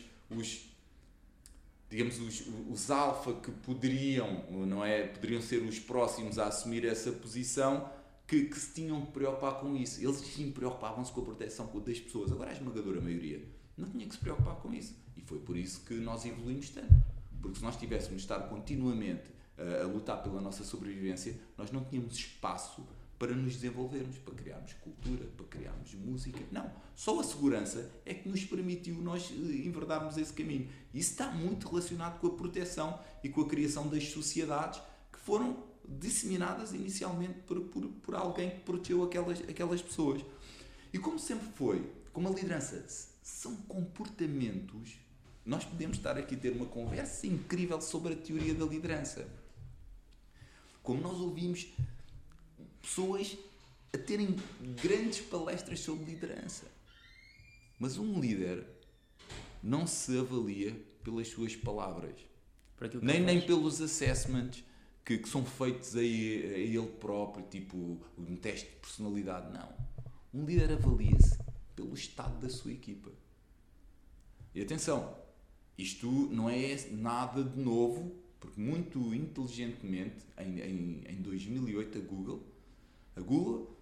os alfa que poderiam ser os próximos a assumir essa posição, que se tinham que preocupar com isso. Eles sim preocupavam-se com a proteção das pessoas. Agora a esmagadora maioria não tinha que se preocupar com isso. E foi por isso que nós evoluímos tanto. Porque se nós tivéssemos de estar continuamente a lutar pela nossa sobrevivência, nós não tínhamos espaço para nos desenvolvermos, para criarmos cultura, para criarmos música. Não. Só a segurança é que nos permitiu nós enverdarmos esse caminho. E isso está muito relacionado com a proteção e com a criação das sociedades que foram disseminadas inicialmente por alguém que protegeu aquelas pessoas. E como sempre foi, como a liderança são comportamentos, nós podemos estar aqui a ter uma conversa incrível sobre a teoria da liderança. Como nós ouvimos pessoas a terem grandes palestras sobre liderança. Mas um líder não se avalia pelas suas palavras. Nem pelos assessments que são feitos a ele próprio, tipo um teste de personalidade. Não. Um líder avalia-se pelo estado da sua equipa. E atenção, isto não é nada de novo, porque muito inteligentemente, em 2008, a Google,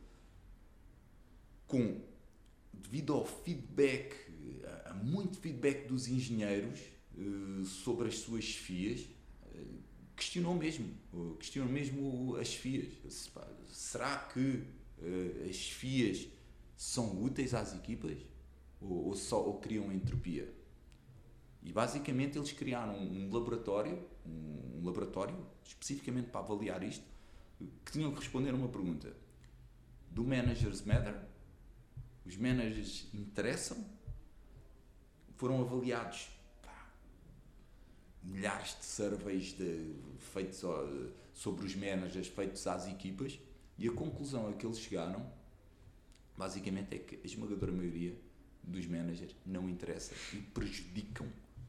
devido ao feedback, a muito feedback dos engenheiros sobre as suas FIAs, questionou mesmo as FIAs. Será que as FIAs são úteis às equipas? Ou criam entropia? E basicamente eles criaram um laboratório especificamente para avaliar isto, que tinham que responder a uma pergunta: do managers matter? Os managers interessam? Foram avaliados milhares de surveys feitos sobre os managers, feitos às equipas, e a conclusão a que eles chegaram basicamente é que a esmagadora maioria dos managers não interessa e prejudicam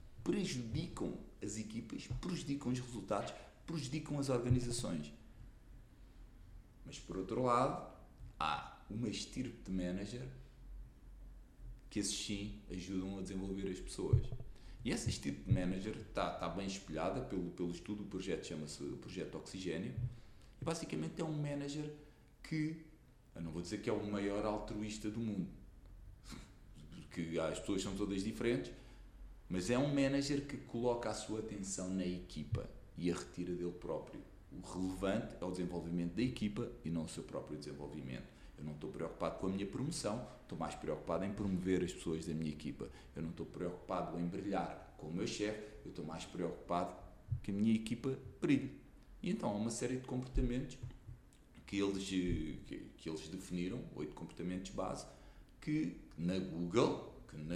as equipas, prejudicam os resultados, prejudicam as organizações. Mas por outro lado, há uma estirpe de manager que esses sim ajudam a desenvolver as pessoas. E essa estirpe de manager está bem espelhada pelo estudo. O projeto chama-se Projeto Oxigênio, e basicamente é um manager que, eu não vou dizer que é o maior altruísta do mundo, porque as pessoas são todas diferentes, mas é um manager que coloca a sua atenção na equipa e a retira dele próprio. O relevante é o desenvolvimento da equipa e não o seu próprio desenvolvimento. Eu não estou preocupado com a minha promoção, estou mais preocupado em promover as pessoas da minha equipa. Eu não estou preocupado em brilhar com o meu chefe, eu estou mais preocupado que a minha equipa brilhe. E então há uma série de comportamentos que eles definiram, 8 comportamentos base, que na Google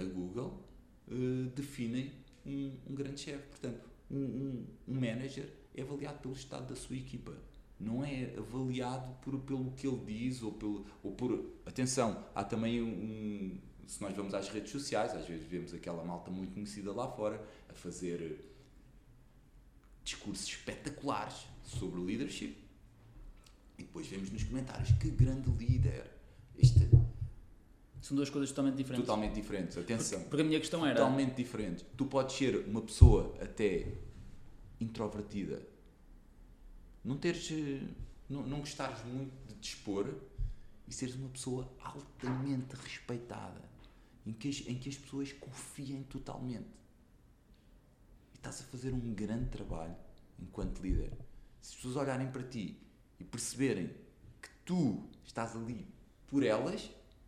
definem um grande chefe. Portanto, um manager é avaliado pelo estado da sua equipa. Não é avaliado pelo que ele diz ou por... Atenção, há também se nós vamos às redes sociais, às vezes vemos aquela malta muito conhecida lá fora a fazer discursos espetaculares sobre leadership e depois vemos nos comentários que grande líder. São duas coisas totalmente diferentes. Totalmente diferentes, atenção. Porque a minha questão era... Totalmente diferentes. Tu podes ser uma pessoa até introvertida, não gostares muito de te expor e seres uma pessoa altamente respeitada, em que as pessoas confiem totalmente. E estás a fazer um grande trabalho enquanto líder. Se as pessoas olharem para ti e perceberem que tu estás ali por elas,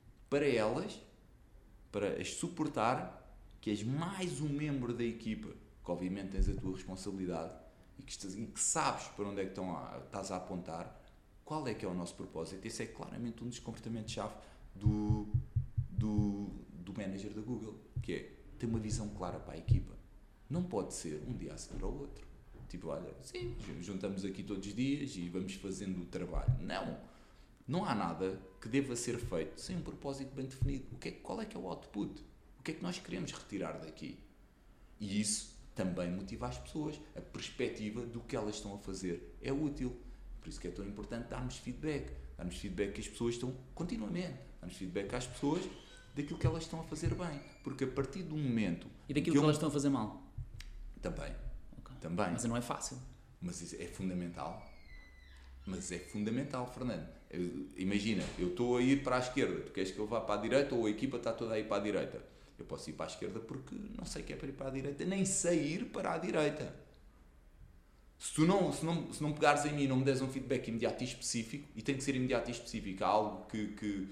para as suportar, que és mais um membro da equipa, que obviamente tens a tua responsabilidade e que sabes para onde é que estás a apontar, qual é que é o nosso propósito. Esse é claramente um dos comportamentos-chave do manager da Google, que é ter uma visão clara para a equipa. Não pode ser um dia a seguir ao outro. Tipo, olha, sim, juntamos aqui todos os dias e vamos fazendo o trabalho. Não há nada que deva ser feito sem um propósito bem definido. Qual é que é o output? O que é que nós queremos retirar daqui? E isso também motiva as pessoas. A perspectiva do que elas estão a fazer é útil. Por isso que é tão importante darmos feedback. Darmos feedback que as pessoas estão continuamente. Darmos feedback às pessoas daquilo que elas estão a fazer bem. Porque a partir do momento... E daquilo que elas estão a fazer mal? Também. Okay. Também. Mas não é fácil. Mas isso é fundamental. Mas é fundamental, Fernando. Imagina, eu estou a ir para a esquerda. Tu queres que eu vá para a direita ou a equipa está toda a ir para a direita? Eu posso ir para a esquerda porque não sei que é para ir para a direita, nem sei ir para a direita. Se não pegares em mim e não me des um feedback imediato e específico, e tem que ser imediato e específico, há algo que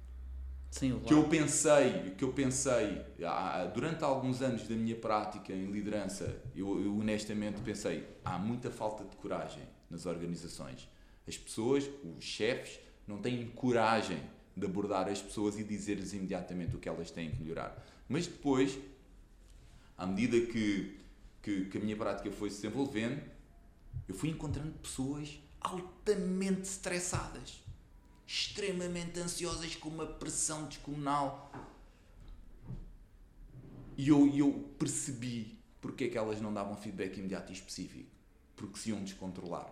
eu pensei durante alguns anos da minha prática em liderança, eu honestamente pensei, há muita falta de coragem nas organizações. As pessoas, os chefes, não têm coragem de abordar as pessoas e dizer-lhes imediatamente o que elas têm que melhorar. Mas depois, à medida que a minha prática foi se desenvolvendo, eu fui encontrando pessoas altamente estressadas, extremamente ansiosas, com uma pressão descomunal. E eu percebi porque é que elas não davam feedback imediato e específico. Porque se iam descontrolar.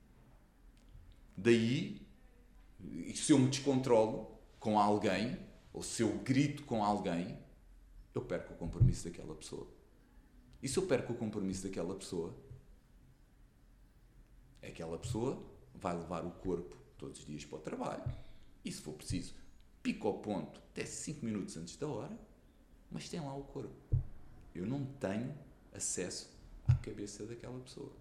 Daí, se eu me descontrolo com alguém, ou se eu grito com alguém, eu perco o compromisso daquela pessoa. E se eu perco o compromisso daquela pessoa, aquela pessoa vai levar o corpo todos os dias para o trabalho. E se for preciso, pica ao ponto até 5 minutos antes da hora, mas tem lá o corpo. Eu não tenho acesso à cabeça daquela pessoa.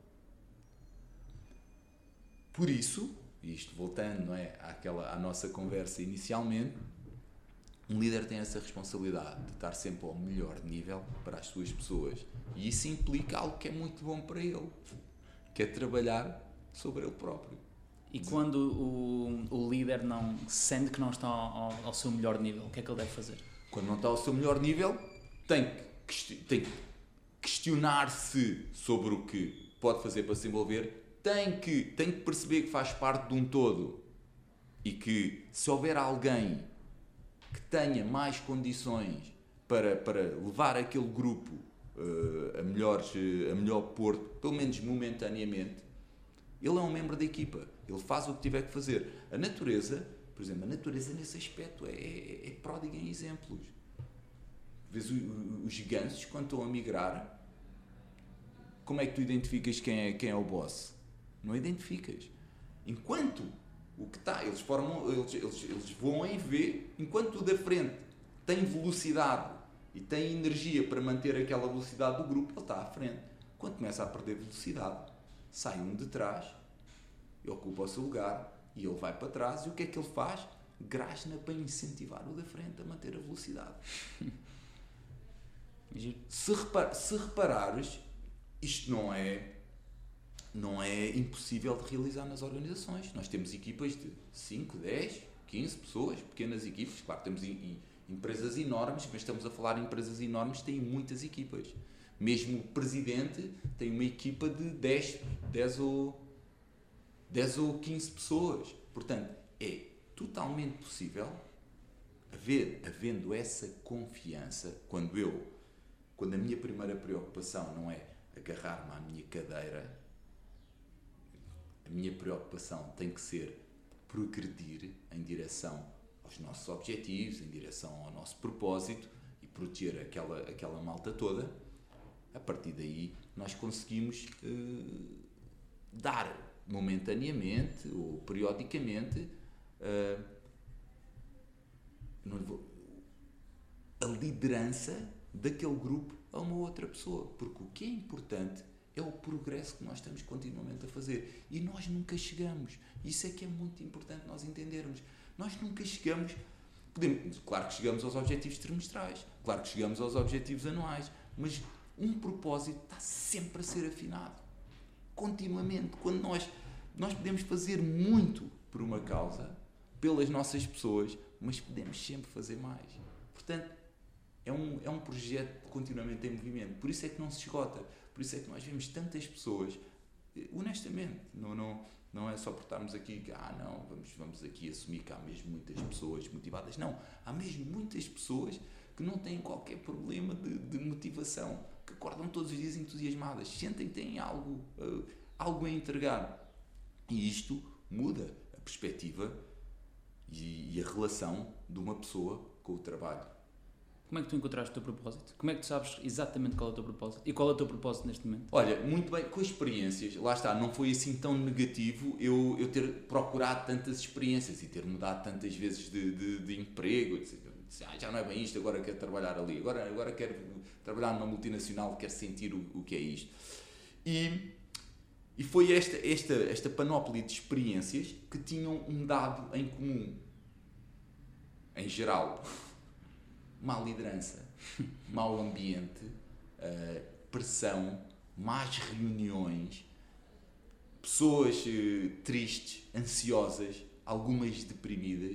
Por isso, e isto voltando, não é, à nossa conversa inicialmente, um líder tem essa responsabilidade de estar sempre ao melhor nível para as suas pessoas. E isso implica algo que é muito bom para ele, que é trabalhar sobre ele próprio. E quando o líder não sente que não está ao seu melhor nível, o que é que ele deve fazer? Quando não está ao seu melhor nível, tem que questionar-se sobre o que pode fazer para se envolver, tem que perceber que faz parte de um todo e que se houver alguém que tenha mais condições para levar aquele grupo a melhor porto, pelo menos momentaneamente, ele é um membro da equipa, ele faz o que tiver que fazer. A natureza, por exemplo, nesse aspecto é pródiga em exemplos. Vês os gansos, quando estão a migrar, como é que tu identificas quem é o boss? Não identificas. Enquanto o que está, eles voam em V, enquanto o da frente tem velocidade e tem energia para manter aquela velocidade do grupo, ele está à frente. Quando começa a perder velocidade, sai um de trás, ocupa o seu lugar e ele vai para trás, e o que é que ele faz? Grasna para incentivar o da frente a manter a velocidade. Se reparares, isto não é impossível de realizar nas organizações. Nós temos equipas de 5, 10, 15 pessoas, pequenas equipas. Claro, temos empresas enormes, mas estamos a falar em empresas enormes que têm muitas equipas. Mesmo o presidente tem uma equipa de 10 ou 15 pessoas. Portanto, é totalmente possível, havendo essa confiança, quando a minha primeira preocupação não é agarrar-me à minha cadeira, a minha preocupação tem que ser progredir em direção aos nossos objetivos, em direção ao nosso propósito e proteger aquela malta toda. A partir daí nós conseguimos dar momentaneamente ou periodicamente a liderança daquele grupo a uma outra pessoa, porque o que é importante é o progresso que nós estamos continuamente a fazer, e nós nunca chegamos. Isso é que é muito importante nós entendermos. Nós nunca chegamos, claro que chegamos aos objetivos trimestrais, claro que chegamos aos objetivos anuais, mas um propósito está sempre a ser afinado, continuamente. Quando nós podemos fazer muito por uma causa, pelas nossas pessoas, mas podemos sempre fazer mais. Portanto, é um projeto continuamente em movimento. Por isso é que não se esgota. Por isso é que nós vemos tantas pessoas, honestamente, não é só por estarmos aqui, vamos aqui assumir que há mesmo muitas pessoas motivadas. Não, há mesmo muitas pessoas que não têm qualquer problema de motivação, que acordam todos os dias entusiasmadas, sentem que têm algo a entregar. E isto muda a perspectiva e a relação de uma pessoa com o trabalho. Como é que tu encontraste o teu propósito? Como é que tu sabes exatamente qual é o teu propósito? E qual é o teu propósito neste momento? Olha, muito bem, com experiências, lá está, não foi assim tão negativo eu ter procurado tantas experiências e ter mudado tantas vezes de emprego. Já não é bem isto, agora quero trabalhar ali, agora quero trabalhar numa multinacional, quero sentir o que é isto. E foi esta panóplia de experiências que tinham um dado em comum, em geral: má liderança, mau ambiente, pressão, más reuniões, pessoas tristes, ansiosas, algumas deprimidas,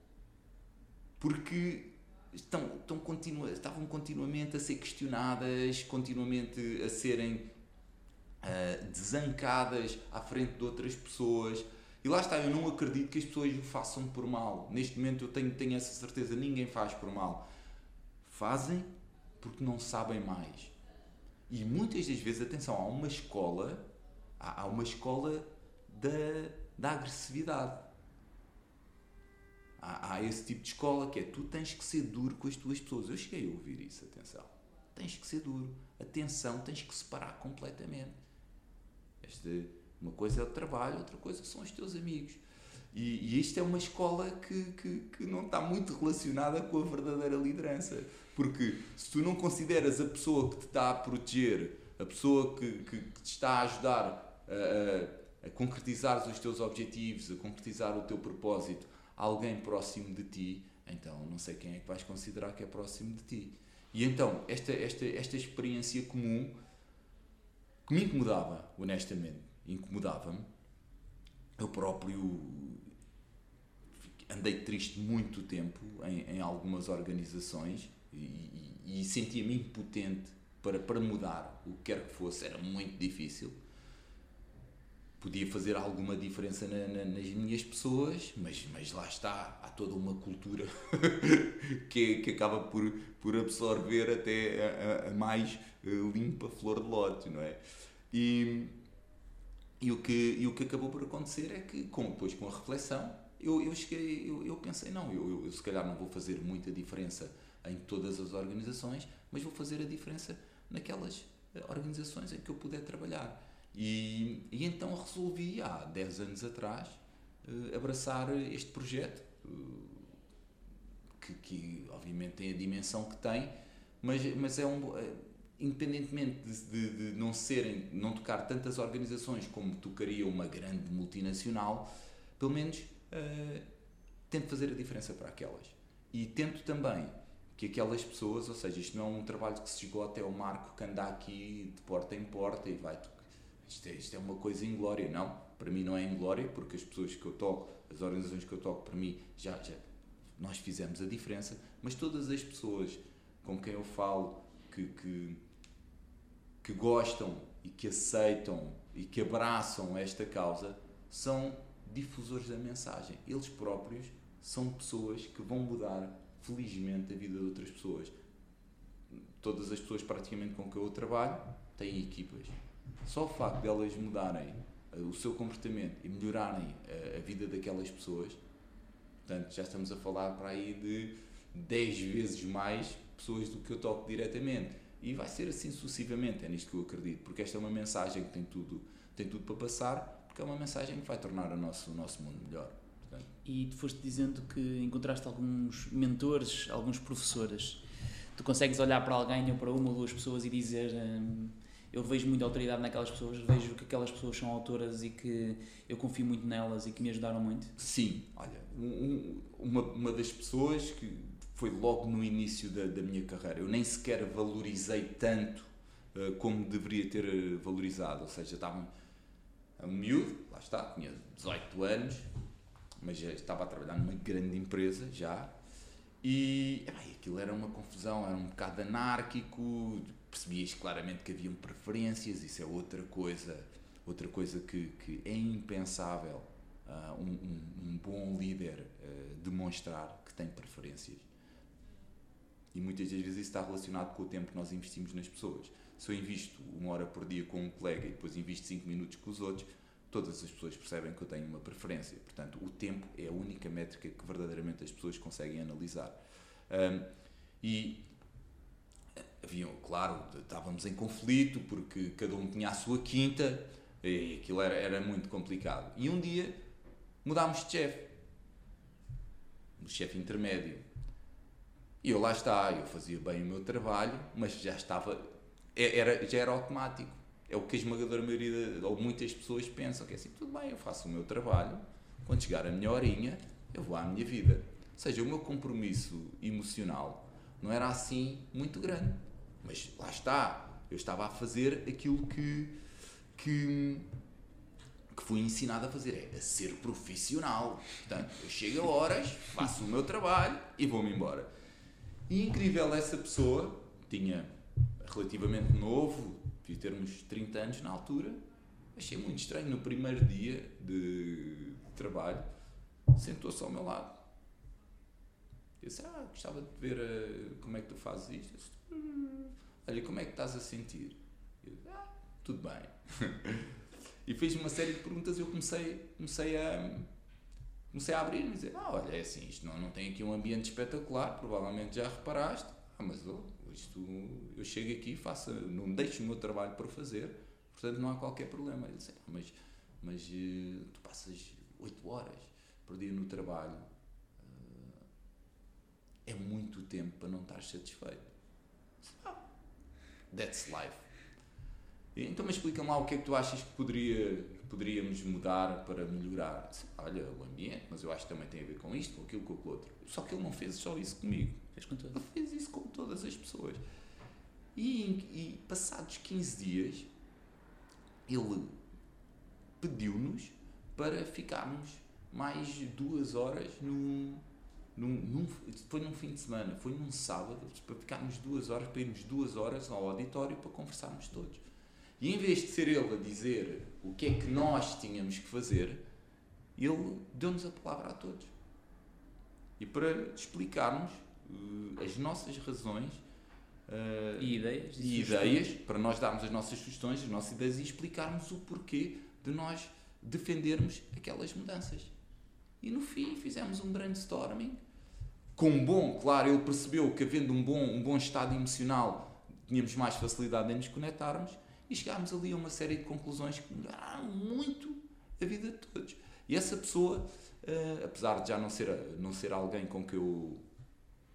porque estavam continuamente a ser questionadas, continuamente a serem desancadas à frente de outras pessoas. E lá está, eu não acredito que as pessoas o façam por mal. Neste momento eu tenho essa certeza, ninguém faz por mal. Fazem porque não sabem mais. E muitas das vezes, atenção, há uma escola da agressividade. Há esse tipo de escola que é: tu tens que ser duro com as tuas pessoas. Eu cheguei a ouvir isso, atenção. Tens que ser duro. Atenção, tens que separar completamente. Uma coisa é o trabalho, outra coisa são os teus amigos. E isto é uma escola que não está muito relacionada com a verdadeira liderança. Porque se tu não consideras a pessoa que te está a proteger, a pessoa que te está a ajudar a concretizar os teus objetivos, a concretizar o teu propósito, alguém próximo de ti, então não sei quem é que vais considerar que é próximo de ti. E então, esta experiência comum, que me incomodava, honestamente, incomodava-me. Eu próprio andei triste muito tempo em algumas organizações e sentia-me impotente para mudar o que quer que fosse. Era muito difícil. Podia fazer alguma diferença nas minhas pessoas, mas lá está, há toda uma cultura que acaba por absorver até a mais limpa flor de lótus, não é? E o que acabou por acontecer é que, depois com a reflexão, eu pensei: não, eu se calhar não vou fazer muita diferença em todas as organizações, mas vou fazer a diferença naquelas organizações em que eu puder trabalhar. E então resolvi, há 10 anos atrás, abraçar este projeto que obviamente tem a dimensão que tem, mas independentemente de não tocar tantas organizações como tocaria uma grande multinacional, pelo menos tento fazer a diferença para aquelas. E tento também que aquelas pessoas, ou seja, isto não é um trabalho que se esgota, é o Marco que anda aqui de porta em porta e vai... Isto é uma coisa inglória, não? Para mim não é inglória, porque as pessoas que eu toco, as organizações que eu toco, para mim, já nós fizemos a diferença, mas todas as pessoas com quem eu falo que gostam e que aceitam e que abraçam esta causa são difusores da mensagem. Eles próprios são pessoas que vão mudar, felizmente, a vida de outras pessoas. Todas as pessoas praticamente com que eu trabalho têm equipas. Só o facto de elas mudarem o seu comportamento e melhorarem a vida daquelas pessoas, portanto, já estamos a falar para aí de 10 vezes mais pessoas do que eu toco diretamente. E vai ser assim sucessivamente, é nisto que eu acredito, porque esta é uma mensagem que tem tudo para passar, porque é uma mensagem que vai tornar o nosso mundo melhor. Portanto, e tu foste dizendo que encontraste alguns mentores, alguns professores. Tu consegues olhar para alguém ou para uma ou duas pessoas e dizer... eu vejo muita autoridade naquelas pessoas, vejo que aquelas pessoas são autoras e que eu confio muito nelas e que me ajudaram muito? Sim, olha, uma das pessoas que foi logo no início da minha carreira, eu nem sequer valorizei tanto como deveria ter valorizado, ou seja, estava um miúdo, lá está, tinha 18 anos, mas já estava a trabalhar numa grande empresa já, e aquilo era uma confusão, era um bocado anárquico, percebias claramente que haviam preferências, isso é outra coisa que é impensável um bom líder demonstrar que tem preferências. E muitas das vezes isso está relacionado com o tempo que nós investimos nas pessoas. Se eu invisto 1 hora por dia com um colega e depois invisto 5 minutos com os outros, todas as pessoas percebem que eu tenho uma preferência. Portanto, o tempo é a única métrica que verdadeiramente as pessoas conseguem analisar. E claro, estávamos em conflito porque cada um tinha a sua quinta e aquilo era muito complicado. E um dia mudámos de chefe intermédio. E eu lá está, eu fazia bem o meu trabalho, mas já era automático. É o que a esmagadora maioria, ou muitas pessoas pensam, que é assim, tudo bem, eu faço o meu trabalho, quando chegar a minha horinha, eu vou à minha vida. Ou seja, o meu compromisso emocional não era assim muito grande. Mas lá está, eu estava a fazer aquilo que fui ensinado a fazer, a ser profissional. Portanto, eu chego a horas, faço o meu trabalho e vou-me embora. E incrível, essa pessoa, tinha relativamente novo, devia ter uns 30 anos na altura, achei muito estranho, no primeiro dia de trabalho, sentou-se ao meu lado. Eu disse, gostava de ver como é que tu fazes isto. Eu disse, olha, como é que estás a sentir? Eu disse, tudo bem. E fez-me uma série de perguntas e eu comecei a abrir-me e dizer, olha, é assim, isto não tem aqui um ambiente espetacular, provavelmente já reparaste, mas eu chego aqui, não deixo o meu trabalho para fazer, portanto não há qualquer problema. Ele disse, mas tu passas 8 horas por dia no trabalho, é muito tempo para não estar satisfeito. That's life. Então, mas explica-me lá o que é que tu achas que poderíamos mudar para melhorar. Olha, o ambiente, mas eu acho que também tem a ver com isto, com aquilo, com o outro. Só que ele não fez só isso comigo. Fez com todos. Ele fez isso com todas as pessoas. E passados 15 dias, ele pediu-nos para ficarmos mais 2 horas foi num fim de semana, foi num sábado, para ficarmos 2 horas, para irmos 2 horas ao auditório para conversarmos todos. E em vez de ser ele a dizer o que é que nós tínhamos que fazer, ele deu-nos a palavra a todos. E para explicarmos as nossas razões e ideias, para nós darmos as nossas sugestões, as nossas ideias e explicarmos o porquê de nós defendermos aquelas mudanças. E no fim fizemos um brainstorming, claro, ele percebeu que havendo um bom estado emocional tínhamos mais facilidade em nos conectarmos e chegámos ali a uma série de conclusões que mudaram muito a vida de todos. E essa pessoa, apesar de já não ser alguém com que eu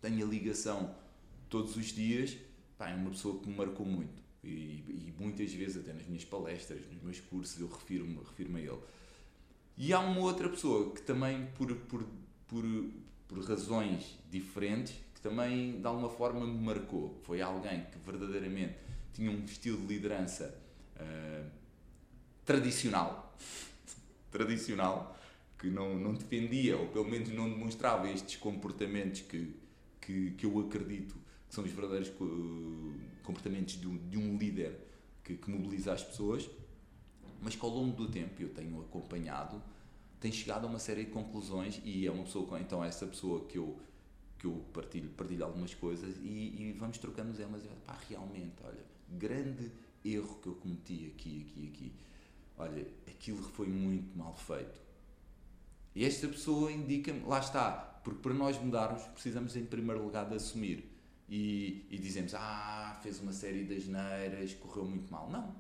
tenho a ligação todos os dias, pá, é uma pessoa que me marcou muito. E muitas vezes, até nas minhas palestras, nos meus cursos, eu refiro-me a ele. E há uma outra pessoa que também, por razões diferentes, que também de alguma forma me marcou. Foi alguém que verdadeiramente tinha um estilo de liderança tradicional, que não defendia, ou pelo menos não demonstrava estes comportamentos que eu acredito que são os verdadeiros comportamentos de um líder que mobiliza as pessoas, mas que ao longo do tempo eu tenho acompanhado, tem chegado a uma série de conclusões, e é uma pessoa, então essa pessoa que eu partilho algumas coisas e vamos trocando os elas, pá, realmente, olha, grande erro que eu cometi aqui, olha, aquilo foi muito mal feito. E esta pessoa indica-me, lá está, porque para nós mudarmos precisamos em primeiro lugar de assumir e dizemos, fez uma série de asneiras, correu muito mal. Não.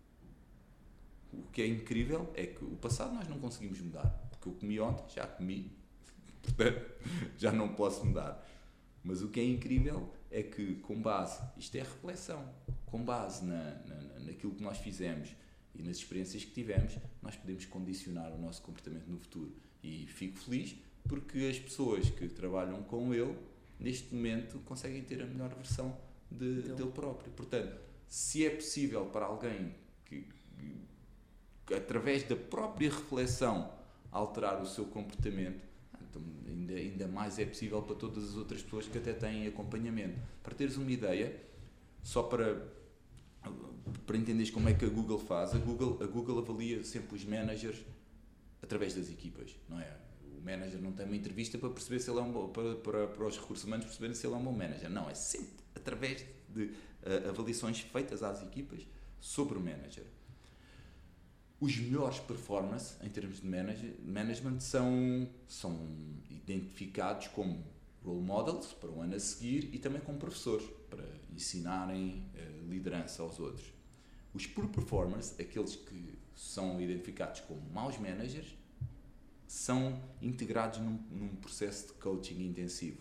O que é incrível é que o passado nós não conseguimos mudar, porque eu comi ontem, já comi, portanto já não posso mudar. Mas o que é incrível é que com base, isto é reflexão, com base naquilo que nós fizemos e nas experiências que tivemos, nós podemos condicionar o nosso comportamento no futuro. E fico feliz porque as pessoas que trabalham com ele, neste momento, conseguem ter a melhor versão dele próprio. Portanto, se é possível para alguém que através da própria reflexão alterar o seu comportamento, então ainda mais é possível para todas as outras pessoas que até têm acompanhamento. Para teres uma ideia, só para entenderes como é que a Google faz, a Google avalia sempre os managers através das equipas, não é? O manager não tem uma entrevista para perceber se ele é um bom, para os recursos humanos perceberem se ele é um bom manager, não, é sempre através de avaliações feitas às equipas sobre o manager. Os melhores performance em termos de management são identificados como role models para o ano a seguir e também como professores para ensinarem liderança aos outros. Os poor performers, aqueles que são identificados como maus managers, são integrados num processo de coaching intensivo.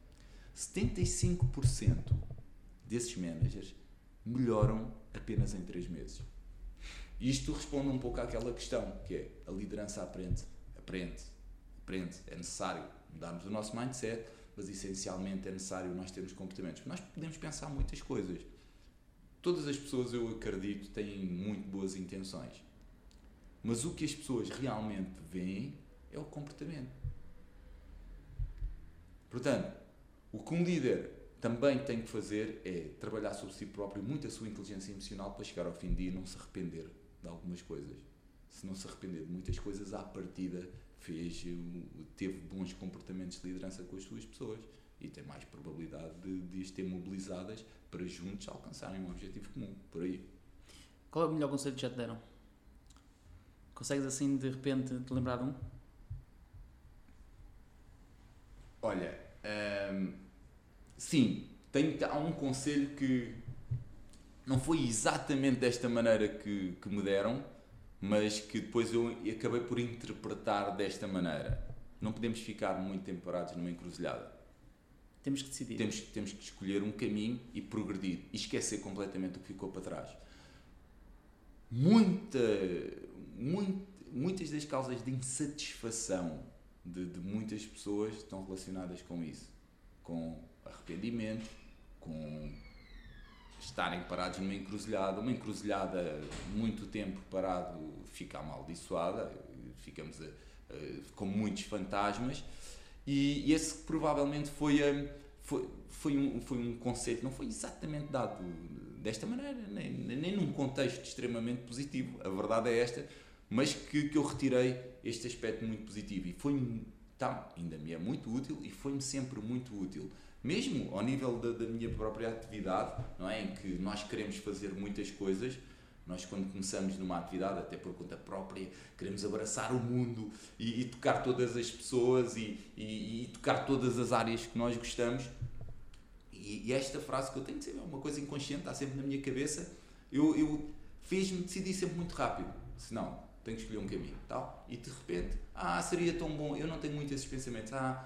75% desses managers melhoram apenas em 3 meses. Isto responde um pouco àquela questão, que é a liderança aprende. É necessário mudarmos o nosso mindset, mas essencialmente é necessário nós termos comportamentos. Nós podemos pensar muitas coisas. Todas as pessoas, eu acredito, têm muito boas intenções. Mas o que as pessoas realmente veem é o comportamento. Portanto, o que um líder também tem que fazer é trabalhar sobre si próprio, muito a sua inteligência emocional, para chegar ao fim do dia e não se arrepender de algumas coisas. Se não se arrepender de muitas coisas, à partida teve bons comportamentos de liderança com as suas pessoas e tem mais probabilidade de as ter mobilizadas para juntos alcançarem um objetivo comum, por aí. Qual é o melhor conselho que já te deram? Consegues assim de repente te lembrar de um? Olha, sim, há um conselho que não foi exatamente desta maneira que me deram, mas que depois eu acabei por interpretar desta maneira. Não podemos ficar muito tempo parados numa encruzilhada. Temos que decidir. Temos que escolher um caminho e progredir e esquecer completamente o que ficou para trás. Muitas das causas de insatisfação de muitas pessoas estão relacionadas com isso, com arrependimento, com estarem parados numa encruzilhada. Uma encruzilhada muito tempo parado fica amaldiçoada, ficamos com muitos fantasmas, e esse provavelmente foi um conceito, não foi exatamente dado desta maneira, nem num contexto extremamente positivo, a verdade é esta, mas que eu retirei este aspecto muito positivo e ainda me é muito útil e foi-me sempre muito útil. Mesmo ao nível da minha própria atividade, não é? Em que nós queremos fazer muitas coisas, nós quando começamos numa atividade, até por conta própria, queremos abraçar o mundo e tocar todas as pessoas e tocar todas as áreas que nós gostamos. E esta frase que eu tenho de ser uma coisa inconsciente, está sempre na minha cabeça, fez-me decidir sempre muito rápido. Se não, tenho que escolher um caminho, tal. E de repente, seria tão bom, eu não tenho muito esses pensamentos,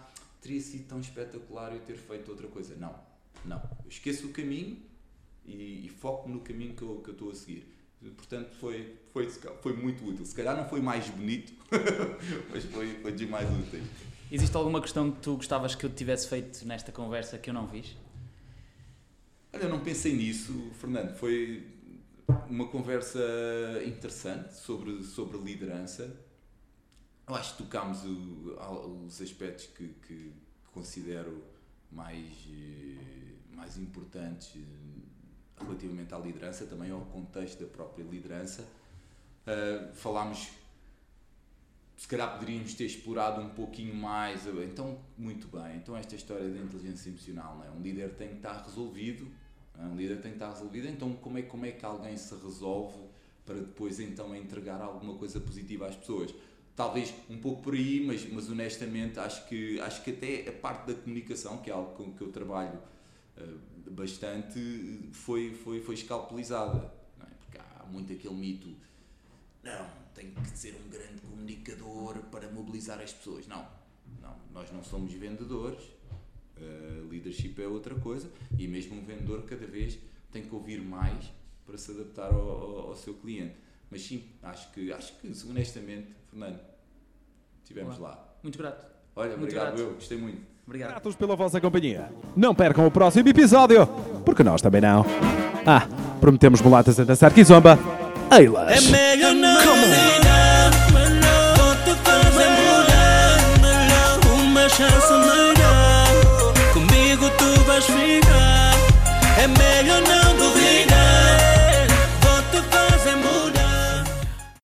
teria sido tão espetacular eu ter feito outra coisa. Não. Eu esqueço o caminho e foco no caminho que eu estou a seguir. Portanto, foi muito útil. Se calhar não foi mais bonito, mas foi dos mais úteis. Existe alguma questão que tu gostavas que eu tivesse feito nesta conversa que eu não fiz? Olha, eu não pensei nisso, Fernando. Foi uma conversa interessante sobre liderança. Eu acho que tocámos os aspectos que considero mais importantes relativamente à liderança, também ao contexto da própria liderança. Falámos, se calhar poderíamos ter explorado um pouquinho mais. Então, muito bem. Então, esta história da inteligência emocional, não é? Um líder tem que estar resolvido. Então, como é que alguém se resolve para depois então entregar alguma coisa positiva às pessoas? Talvez um pouco por aí, mas honestamente acho que até a parte da comunicação, que é algo com que eu trabalho bastante, foi escalpelizada, não é? Porque há muito aquele mito, não, tem que ser um grande comunicador para mobilizar as pessoas. Não, nós não somos vendedores, leadership é outra coisa, e mesmo um vendedor cada vez tem que ouvir mais para se adaptar ao seu cliente. Mas sim, acho que honestamente, Fernando, estivemos lá. Muito grato. Olha, muito obrigado, grato. eu gostei muito. Obrigado. Gratos pela vossa companhia. Não percam o próximo episódio, porque nós também não. Prometemos mulatas a dançar kizomba. Eilas! É melhor não ligar, vou te fazer mudar, uma chance melhor, comigo tu vais ficar. É melhor não